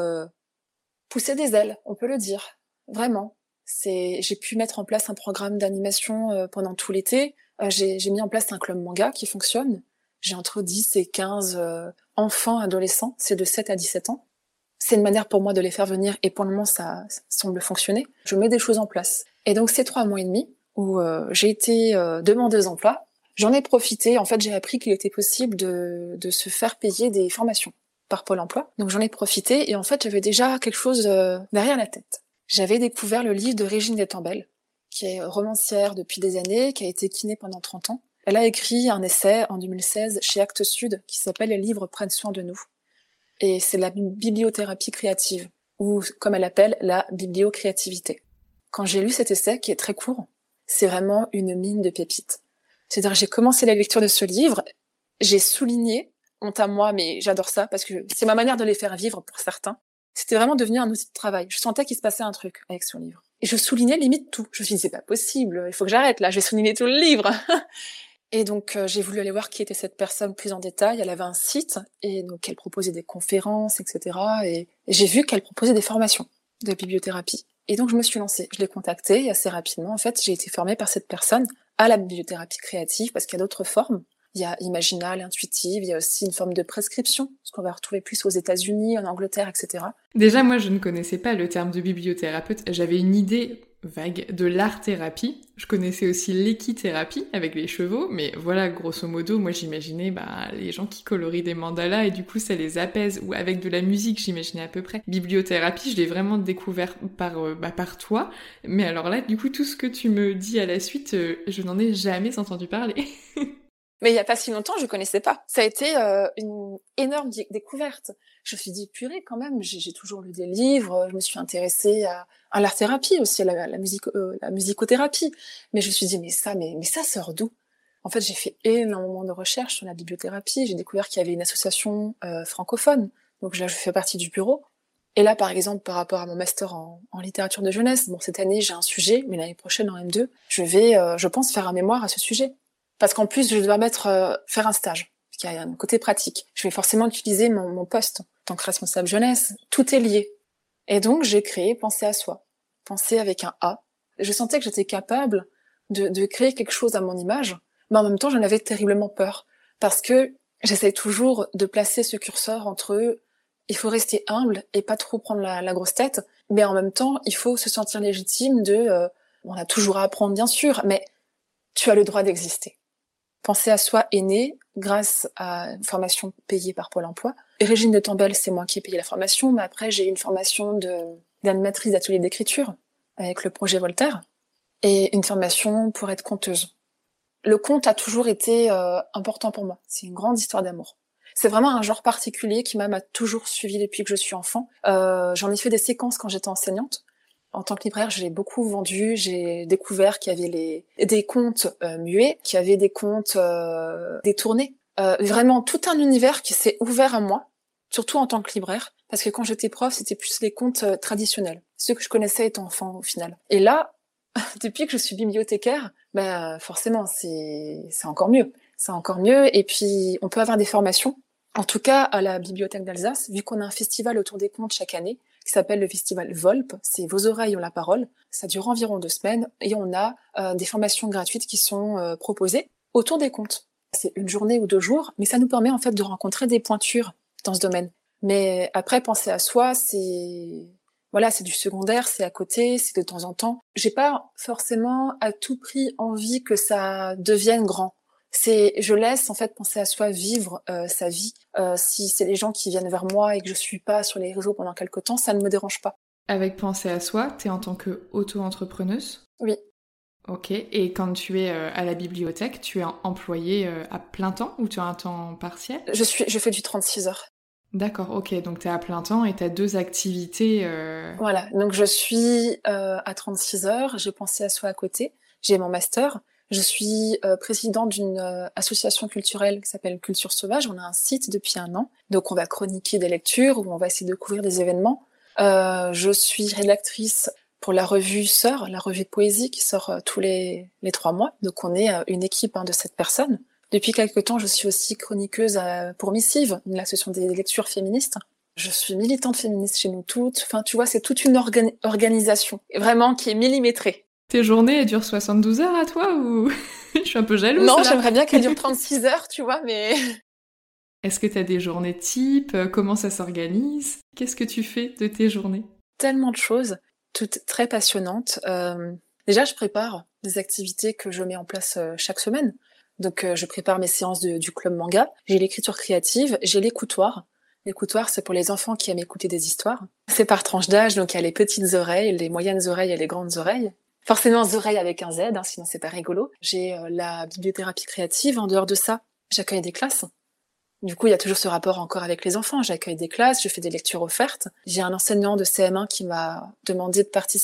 pousser des ailes, on peut le dire. Vraiment. J'ai pu mettre en place un programme d'animation pendant tout l'été. J'ai mis en place un club manga qui fonctionne. J'ai entre 10 et 15 enfants, adolescents. C'est de 7 à 17 ans. C'est une manière pour moi de les faire venir et pour le moment ça semble fonctionner. Je mets des choses en place. Et donc ces 3 mois et demi où j'ai été demandeuse d'emploi, j'en ai profité. En fait, j'ai appris qu'il était possible de se faire payer des formations par Pôle emploi. Donc j'en ai profité et en fait j'avais déjà quelque chose derrière la tête. J'avais découvert le livre de Régine Détambel, qui est romancière depuis des années, qui a été kiné pendant 30 ans. Elle a écrit un essai en 2016 chez Actes Sud qui s'appelle « Les livres prennent soin de nous ». Et c'est la bibliothérapie créative, ou comme elle appelle, la bibliocréativité. Quand j'ai lu cet essai, qui est très court, c'est vraiment une mine de pépites. C'est-à-dire, j'ai commencé la lecture de ce livre, j'ai souligné, honte à moi, mais j'adore ça, parce que c'est ma manière de les faire vivre pour certains. C'était vraiment devenu un outil de travail. Je sentais qu'il se passait un truc avec ce livre. Et je soulignais limite tout. Je me suis dit, c'est pas possible, il faut que j'arrête là, je vais souligner tout le livre. Et donc, j'ai voulu aller voir qui était cette personne plus en détail. Elle avait un site, et donc elle proposait des conférences, etc. Et j'ai vu qu'elle proposait des formations de bibliothérapie. Et donc, je me suis lancée. Je l'ai contactée, et assez rapidement, en fait, j'ai été formée par cette personne à la bibliothérapie créative, parce qu'il y a d'autres formes. Il y a imaginale, intuitive, il y a aussi une forme de prescription, ce qu'on va retrouver plus aux États-Unis, en Angleterre, etc.
Déjà, moi, je ne connaissais pas le terme de bibliothérapeute. J'avais une idée vague de l'art-thérapie. Je connaissais aussi l'équithérapie avec les chevaux, mais voilà, grosso modo, moi, j'imaginais les gens qui colorient des mandalas et du coup, ça les apaise. Ou avec de la musique, j'imaginais à peu près. Bibliothérapie, je l'ai vraiment découvert par toi. Mais alors là, du coup, tout ce que tu me dis à la suite, je n'en ai jamais entendu parler.
Mais il y a pas si longtemps, je connaissais pas. Ça a été une énorme découverte. Je me suis dit, purée, quand même, j'ai toujours lu des livres, je me suis intéressée à l'art-thérapie aussi, à la musicothérapie. Mais je me suis dit, mais ça sort d'où? En fait, j'ai fait énormément de recherches sur la bibliothérapie. J'ai découvert qu'il y avait une association francophone. Donc là, je fais partie du bureau. Et là, par exemple, par rapport à mon master en littérature de jeunesse, bon, cette année, j'ai un sujet, mais l'année prochaine, en M2, je vais, je pense, faire un mémoire à ce sujet. Parce qu'en plus, je dois faire un stage, parce qu'il y a un côté pratique. Je vais forcément utiliser mon poste en tant que responsable jeunesse. Tout est lié. Et donc, j'ai créé Penser à soi. Penser avec un A. Je sentais que j'étais capable de créer quelque chose à mon image, mais en même temps, j'en avais terriblement peur. Parce que j'essaye toujours de placer ce curseur entre il faut rester humble et pas trop prendre la grosse tête, mais en même temps, il faut se sentir légitime on a toujours à apprendre, bien sûr, mais tu as le droit d'exister. Penser à soi est né grâce à une formation payée par Pôle emploi. Et Régine de Tombelle, c'est moi qui ai payé la formation, mais après j'ai eu une formation d'animatrice d'atelier d'écriture avec le projet Voltaire et une formation pour être conteuse. Le conte a toujours été important pour moi. C'est une grande histoire d'amour. C'est vraiment un genre particulier qui m'a toujours suivi depuis que je suis enfant. J'en ai fait des séquences quand j'étais enseignante. En tant que libraire, je l'ai beaucoup vendu. J'ai découvert qu'il y avait des contes muets, qu'il y avait des contes détournés. Vraiment tout un univers qui s'est ouvert à moi, surtout en tant que libraire, parce que quand j'étais prof, c'était plus les contes traditionnels, ceux que je connaissais étant enfant au final. Et là, depuis que je suis bibliothécaire, forcément, c'est encore mieux. C'est encore mieux. Et puis, on peut avoir des formations. En tout cas, à la Bibliothèque d'Alsace, vu qu'on a un festival autour des contes chaque année, qui s'appelle le festival VOLP, c'est Vos oreilles ont la parole. Ça dure environ 2 semaines et on a des formations gratuites qui sont proposées autour des contes. C'est 1 journée ou 2 jours, mais ça nous permet en fait de rencontrer des pointures dans ce domaine. Mais après, penser à soi, c'est du secondaire, c'est à côté, c'est de temps en temps. J'ai pas forcément à tout prix envie que ça devienne grand. Je laisse en fait Penser à soi vivre sa vie. Si c'est les gens qui viennent vers moi et que je suis pas sur les réseaux pendant quelque temps, ça ne me dérange pas.
Avec Penser à soi, t'es en tant que auto-entrepreneuse ?
Oui.
Ok, et quand tu es à la bibliothèque, tu es employée à plein temps ou tu as un temps partiel ?
Je fais du 36 heures.
D'accord, ok, donc t'es à plein temps et t'as 2 activités.
Voilà, donc je suis à 36 heures, j'ai Pensé à soi à côté, j'ai mon master. Je suis présidente d'une association culturelle qui s'appelle Culture Sauvage. On a un site depuis 1 an. Donc on va chroniquer des lectures ou on va essayer de couvrir des événements. Je suis rédactrice pour la revue Sœur, la revue de poésie qui sort tous les 3 mois. Donc on est une équipe de 7 personnes. Depuis quelque temps, je suis aussi chroniqueuse pour Missive, l'association des lectures féministes. Je suis militante féministe chez nous toutes. Enfin, tu vois, c'est toute une organisation vraiment qui est millimétrée.
Tes journées, elles durent 72 heures à toi ou je suis un peu jalouse?
Non, j'aimerais bien qu'elles durent 36 heures, tu vois, mais...
Est-ce que t'as des journées types? Comment ça s'organise? Qu'est-ce que tu fais de tes journées?
Tellement de choses, toutes très passionnantes. Déjà, je prépare des activités que je mets en place chaque semaine. Donc, je prépare mes séances du club manga. J'ai l'écriture créative, j'ai l'écoutoir. L'écoutoir, c'est pour les enfants qui aiment écouter des histoires. C'est par tranche d'âge, donc il y a les petites oreilles, les moyennes oreilles et les grandes oreilles. Forcément, oreilles avec un Z, sinon c'est pas rigolo. J'ai la bibliothérapie créative. En dehors de ça, j'accueille des classes. Du coup, il y a toujours ce rapport encore avec les enfants. J'accueille des classes, je fais des lectures offertes. J'ai un enseignant de CM1 qui m'a demandé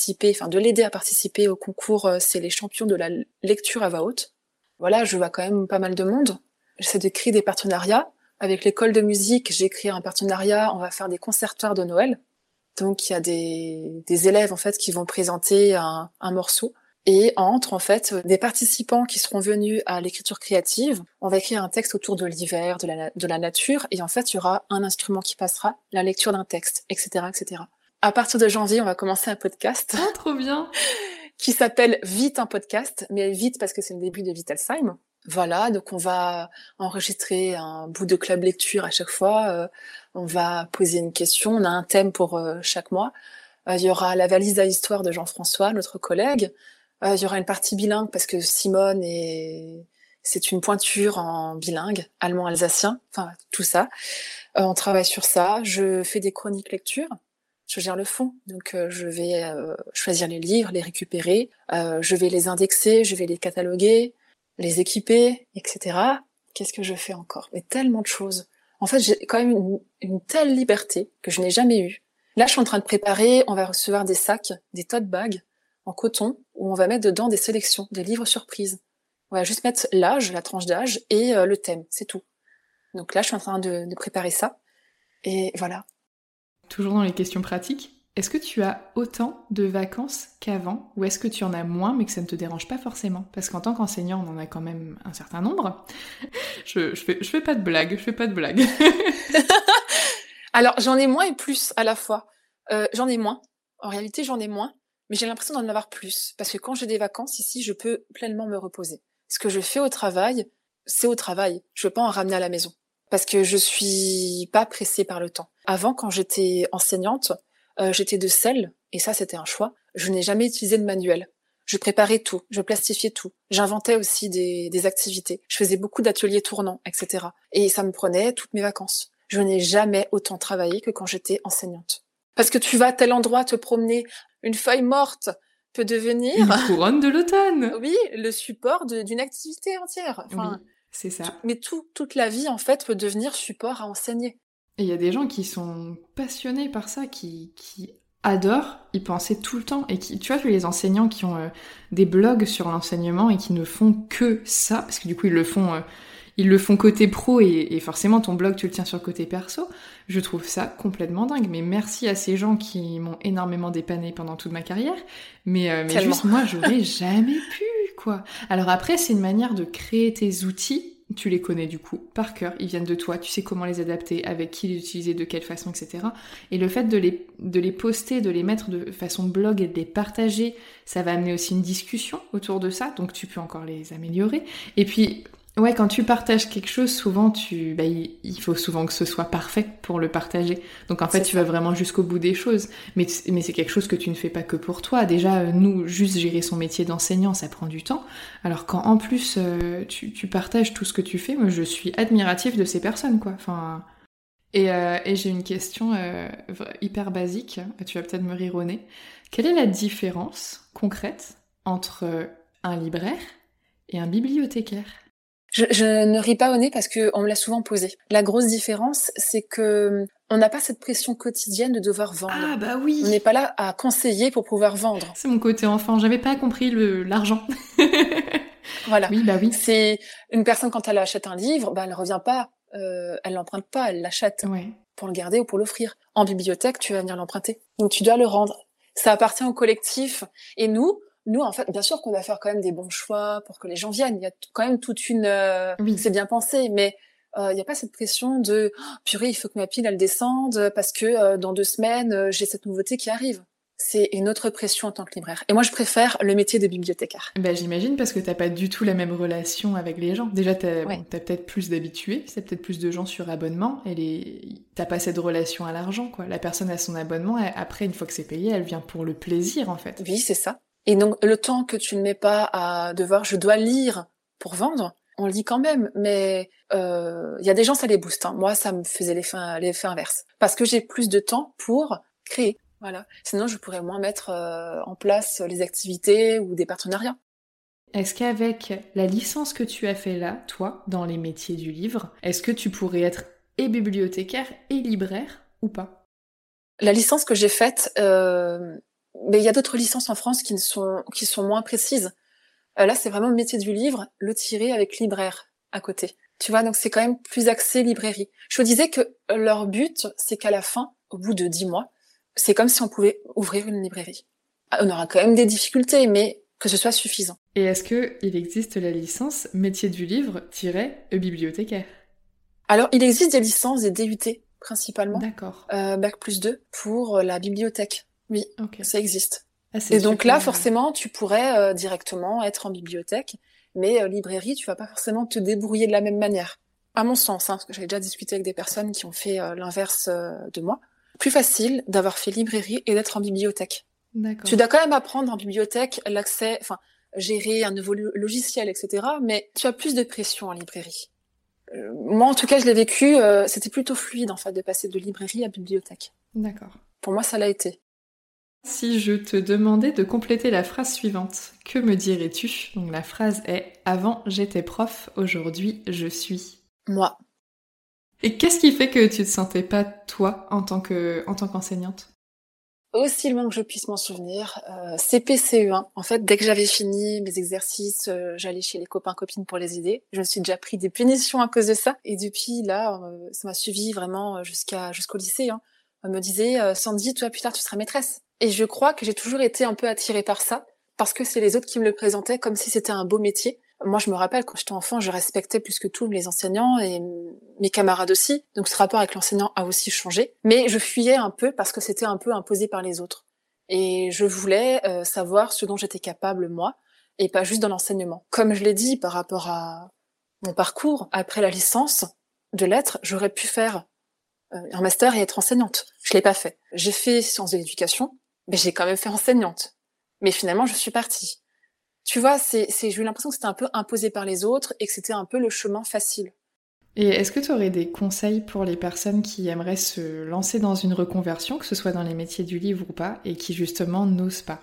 de l'aider à participer au concours C'est les champions de la lecture à voix haute. Voilà, je vois quand même pas mal de monde. J'essaie de créer des partenariats. Avec l'école de musique, j'ai créé un partenariat. On va faire des concertoires de Noël. Donc, il y a des élèves, en fait, qui vont présenter un morceau. Et entre, en fait, des participants qui seront venus à l'écriture créative. On va écrire un texte autour de l'hiver, de la nature. Et en fait, il y aura un instrument qui passera, la lecture d'un texte, etc., etc. À partir de janvier, on va commencer un podcast.
Ah, trop bien!
qui s'appelle Vite un podcast, mais vite parce que c'est le début de Vitalsheim. Voilà, donc on va enregistrer un bout de club lecture à chaque fois. On va poser une question. On a un thème pour chaque mois. Il y aura la valise à histoire de Jean-François, notre collègue. Il y aura une partie bilingue parce que Simone c'est une pointure en bilingue, allemand-alsacien. Enfin, tout ça. On travaille sur ça. Je fais des chroniques lecture. Je gère le fond, donc je vais choisir les livres, les récupérer, je vais les indexer, je vais les cataloguer, les équiper, etc. Qu'est-ce que je fais encore? Mais tellement de choses. En fait, j'ai quand même une telle liberté que je n'ai jamais eue. Là, je suis en train de préparer, on va recevoir des sacs, des tote bags en coton, où on va mettre dedans des sélections, des livres surprises. On va juste mettre l'âge, la tranche d'âge et le thème, c'est tout. Donc là, je suis en train de préparer ça. Et voilà.
Toujours dans les questions pratiques, est-ce que tu as autant de vacances qu'avant ou est-ce que tu en as moins mais que ça ne te dérange pas forcément? Parce qu'en tant qu'enseignant, on en a quand même un certain nombre. Je fais pas de blague.
Alors, j'en ai moins et plus à la fois. J'en ai moins. En réalité, j'en ai moins, mais j'ai l'impression d'en avoir plus. Parce que quand j'ai des vacances ici, je peux pleinement me reposer. Ce que je fais au travail, c'est au travail. Je veux pas en ramener à la maison. Parce que je suis pas pressée par le temps. Avant, quand j'étais enseignante, j'étais de selle, et ça c'était un choix. Je n'ai jamais utilisé de manuel. Je préparais tout, je plastifiais tout. J'inventais aussi des activités. Je faisais beaucoup d'ateliers tournants, etc. Et ça me prenait toutes mes vacances. Je n'ai jamais autant travaillé que quand j'étais enseignante. Parce que tu vas à tel endroit te promener, une feuille morte peut devenir...
Une couronne de l'automne.
Oui, le support d'une activité entière. Enfin,
oui, c'est ça.
Mais toute la vie, en fait, peut devenir support à enseigner.
Et il y a des gens qui sont passionnés par ça, qui adorent y penser tout le temps. Et qui, tu vois, les enseignants qui ont des blogs sur l'enseignement et qui ne font que ça, parce que du coup, ils le font côté pro et forcément, ton blog, tu le tiens sur le côté perso. Je trouve ça complètement dingue. Mais merci à ces gens qui m'ont énormément dépanné pendant toute ma carrière. Mais juste, moi, j'aurais jamais pu, quoi. Alors après, c'est une manière de créer tes outils. Tu les connais du coup par cœur, ils viennent de toi, tu sais comment les adapter, avec qui les utiliser, de quelle façon, etc. Et le fait de les poster, de les mettre de façon blog et de les partager, ça va amener aussi une discussion autour de ça, donc tu peux encore les améliorer. Et puis, ouais, quand tu partages quelque chose, souvent il faut souvent que ce soit parfait pour le partager. Donc en fait, tu vas vraiment jusqu'au bout des choses. Mais c'est quelque chose que tu ne fais pas que pour toi. Déjà, nous, juste gérer son métier d'enseignant, ça prend du temps. Alors quand en plus tu partages tout ce que tu fais, moi je suis admirative de ces personnes, quoi. Enfin, et j'ai une question hyper basique. Tu vas peut-être me rire au nez. Quelle est la différence concrète entre un libraire et un bibliothécaire?
Je ne ris pas au nez parce que on me l'a souvent posé. La grosse différence, c'est que on n'a pas cette pression quotidienne de devoir vendre.
Ah bah oui.
On n'est pas là à conseiller pour pouvoir vendre.
C'est mon côté enfant. J'avais pas compris l'argent.
Voilà.
Oui, bah oui.
C'est une personne quand elle achète un livre, elle ne revient pas, elle l'emprunte pas, elle l'achète pour le garder ou pour l'offrir. En bibliothèque, tu vas venir l'emprunter, donc tu dois le rendre. Ça appartient au collectif. Et nous, en fait, bien sûr qu'on va faire quand même des bons choix pour que les gens viennent. Il y a quand même toute une... C'est bien pensé, mais il n'y a pas cette pression de purée, il faut que ma pile, elle descende parce que dans 2 semaines, j'ai cette nouveauté qui arrive. C'est une autre pression en tant que libraire. Et moi, je préfère le métier de bibliothécaire.
J'imagine, parce que t'as pas du tout la même relation avec les gens. Déjà, t'as peut-être plus d'habitués, t'as peut-être plus de gens sur abonnement, et t'as pas cette relation à l'argent, quoi. La personne a son abonnement, après, une fois que c'est payé, elle vient pour le plaisir, en fait.
Oui, c'est ça. Et donc, le temps que tu ne mets pas à devoir, je dois lire pour vendre, on lit quand même, mais il y a des gens, ça les booste. Hein. Moi, ça me faisait l'effet inverse. Parce que j'ai plus de temps pour créer. Voilà. Sinon, je pourrais moins mettre en place les activités ou des partenariats.
Est-ce qu'avec la licence que tu as fait là, toi, dans les métiers du livre, est-ce que tu pourrais être et bibliothécaire et libraire ou pas?
La licence que j'ai faite, mais il y a d'autres licences en France qui sont moins précises. Là, c'est vraiment le métier du livre, le tirer avec libraire à côté. Tu vois, donc c'est quand même plus axé librairie. Je vous disais que leur but, c'est qu'à la fin, au bout de 10 mois, c'est comme si on pouvait ouvrir une librairie. On aura quand même des difficultés, mais que ce soit suffisant.
Et est-ce qu'il existe la licence métier du livre-bibliothécaire?
Alors, il existe des licences, des DUT, principalement.
D'accord.
Bac+2 pour la bibliothèque. Oui, okay. Ça existe. Et donc là, forcément, tu pourrais directement être en bibliothèque, mais librairie, tu vas pas forcément te débrouiller de la même manière. À mon sens, parce que j'avais déjà discuté avec des personnes qui ont fait l'inverse de moi. Plus facile d'avoir fait librairie et d'être en bibliothèque.
D'accord.
Tu dois quand même apprendre en bibliothèque l'accès, gérer un nouveau logiciel, etc. Mais tu as plus de pression en librairie. Moi, en tout cas, je l'ai vécu, c'était plutôt fluide, en fait, de passer de librairie à bibliothèque.
D'accord.
Pour moi, ça l'a été.
Si je te demandais de compléter la phrase suivante, que me dirais-tu ? Donc la phrase est « Avant, j'étais prof, aujourd'hui, je suis ».
Moi.
Et qu'est-ce qui fait que tu te sentais pas toi en tant qu'enseignante ?
Aussi loin que je puisse m'en souvenir, CP, CE1. En fait, dès que j'avais fini mes exercices, j'allais chez les copains-copines pour les aider. Je me suis déjà pris des punitions à cause de ça. Et depuis, là, ça m'a suivi vraiment jusqu'au lycée. On me disait, Sandy, toi, plus tard, tu seras maîtresse. Et je crois que j'ai toujours été un peu attirée par ça, parce que c'est les autres qui me le présentaient comme si c'était un beau métier. Moi, je me rappelle, quand j'étais enfant, je respectais plus que tout les enseignants et mes camarades aussi. Donc, ce rapport avec l'enseignant a aussi changé. Mais je fuyais un peu parce que c'était un peu imposé par les autres. Et je voulais savoir ce dont j'étais capable, moi, et pas juste dans l'enseignement. Comme je l'ai dit, par rapport à mon parcours, après la licence de lettres, j'aurais pu faire un master et être enseignante. Je l'ai pas fait. J'ai fait sciences de l'éducation, mais j'ai quand même fait enseignante. Mais finalement, je suis partie. Tu vois, j'ai eu l'impression que c'était un peu imposé par les autres et que c'était un peu le chemin facile.
Et est-ce que tu aurais des conseils pour les personnes qui aimeraient se lancer dans une reconversion, que ce soit dans les métiers du livre ou pas, et qui justement n'osent pas ?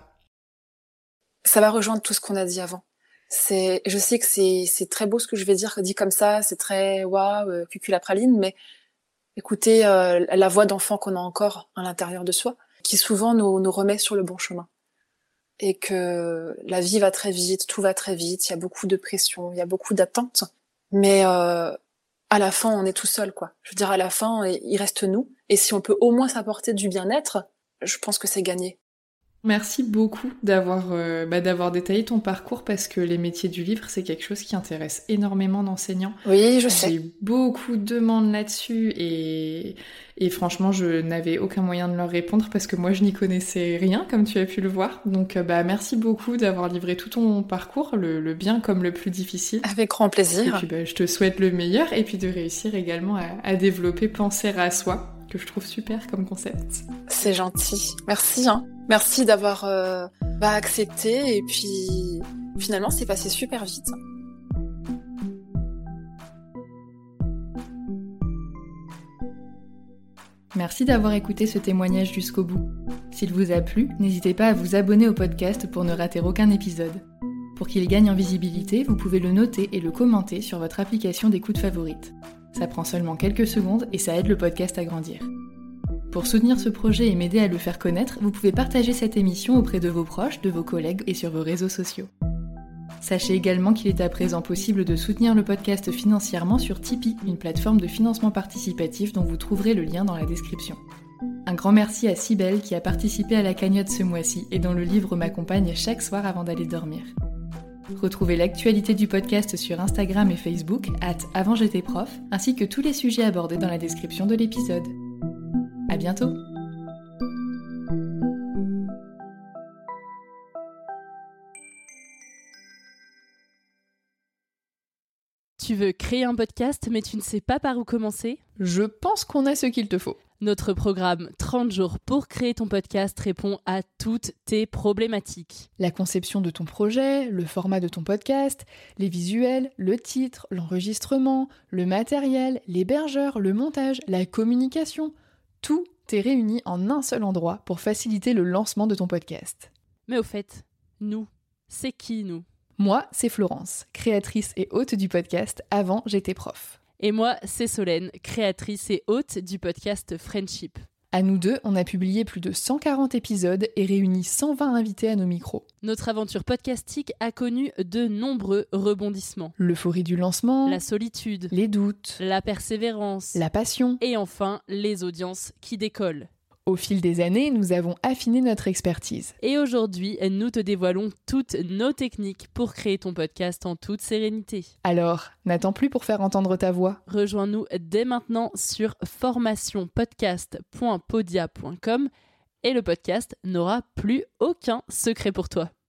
Ça va rejoindre tout ce qu'on a dit avant. Je sais que c'est très beau ce que je vais dire, dit comme ça, c'est très waouh, cuculapraline, mais écoutez la voix d'enfant qu'on a encore à l'intérieur de soi, qui souvent nous remet sur le bon chemin. Et que la vie va très vite, tout va très vite, il y a beaucoup de pression, il y a beaucoup d'attentes, mais à la fin, on est tout seul, quoi. Je veux dire, à la fin, il reste nous, et si on peut au moins s'apporter du bien-être, je pense que c'est gagné.
Merci beaucoup d'avoir détaillé ton parcours, parce que les métiers du livre, c'est quelque chose qui intéresse énormément d'enseignants.
Oui, je sais.
J'ai eu beaucoup de demandes là-dessus et franchement, je n'avais aucun moyen de leur répondre parce que moi, je n'y connaissais rien, comme tu as pu le voir. Donc, merci beaucoup d'avoir livré tout ton parcours, le bien comme le plus difficile.
Avec grand plaisir.
Et puis, je te souhaite le meilleur et puis de réussir également à développer Penser à soi, que je trouve super comme concept.
C'est gentil. Merci, Merci d'avoir accepté et puis finalement, c'est passé super vite.
Merci d'avoir écouté ce témoignage jusqu'au bout. S'il vous a plu, n'hésitez pas à vous abonner au podcast pour ne rater aucun épisode. Pour qu'il gagne en visibilité, vous pouvez le noter et le commenter sur votre application d'écoute favorite. Ça prend seulement quelques secondes et ça aide le podcast à grandir. Pour soutenir ce projet et m'aider à le faire connaître, vous pouvez partager cette émission auprès de vos proches, de vos collègues et sur vos réseaux sociaux. Sachez également qu'il est à présent possible de soutenir le podcast financièrement sur Tipeee, une plateforme de financement participatif dont vous trouverez le lien dans la description. Un grand merci à Cybèle qui a participé à la cagnotte ce mois-ci et dont le livre m'accompagne chaque soir avant d'aller dormir. Retrouvez l'actualité du podcast sur Instagram et Facebook @avantj'étaisprof, ainsi que tous les sujets abordés dans la description de l'épisode. À bientôt!
Tu veux créer un podcast mais tu ne sais pas par où commencer ?
Je pense qu'on a ce qu'il te faut.
Notre programme 30 jours pour créer ton podcast répond à toutes tes problématiques.
La conception de ton projet, le format de ton podcast, les visuels, le titre, l'enregistrement, le matériel, l'hébergeur, le montage, la communication, tout est réuni en un seul endroit pour faciliter le lancement de ton podcast.
Mais au fait, nous, c'est qui nous ?
Moi, c'est Florence, créatrice et hôte du podcast Avant, j'étais prof.
Et moi, c'est Solène, créatrice et hôte du podcast Friendship.
À nous deux, on a publié plus de 140 épisodes et réuni 120 invités à nos micros.
Notre aventure podcastique a connu de nombreux rebondissements.
L'euphorie du lancement,
la solitude,
les doutes,
la persévérance,
la passion
et enfin les audiences qui décollent.
Au fil des années, nous avons affiné notre expertise.
Et aujourd'hui, nous te dévoilons toutes nos techniques pour créer ton podcast en toute sérénité.
Alors, n'attends plus pour faire entendre ta voix.
Rejoins-nous dès maintenant sur formationpodcast.podia.com et le podcast n'aura plus aucun secret pour toi.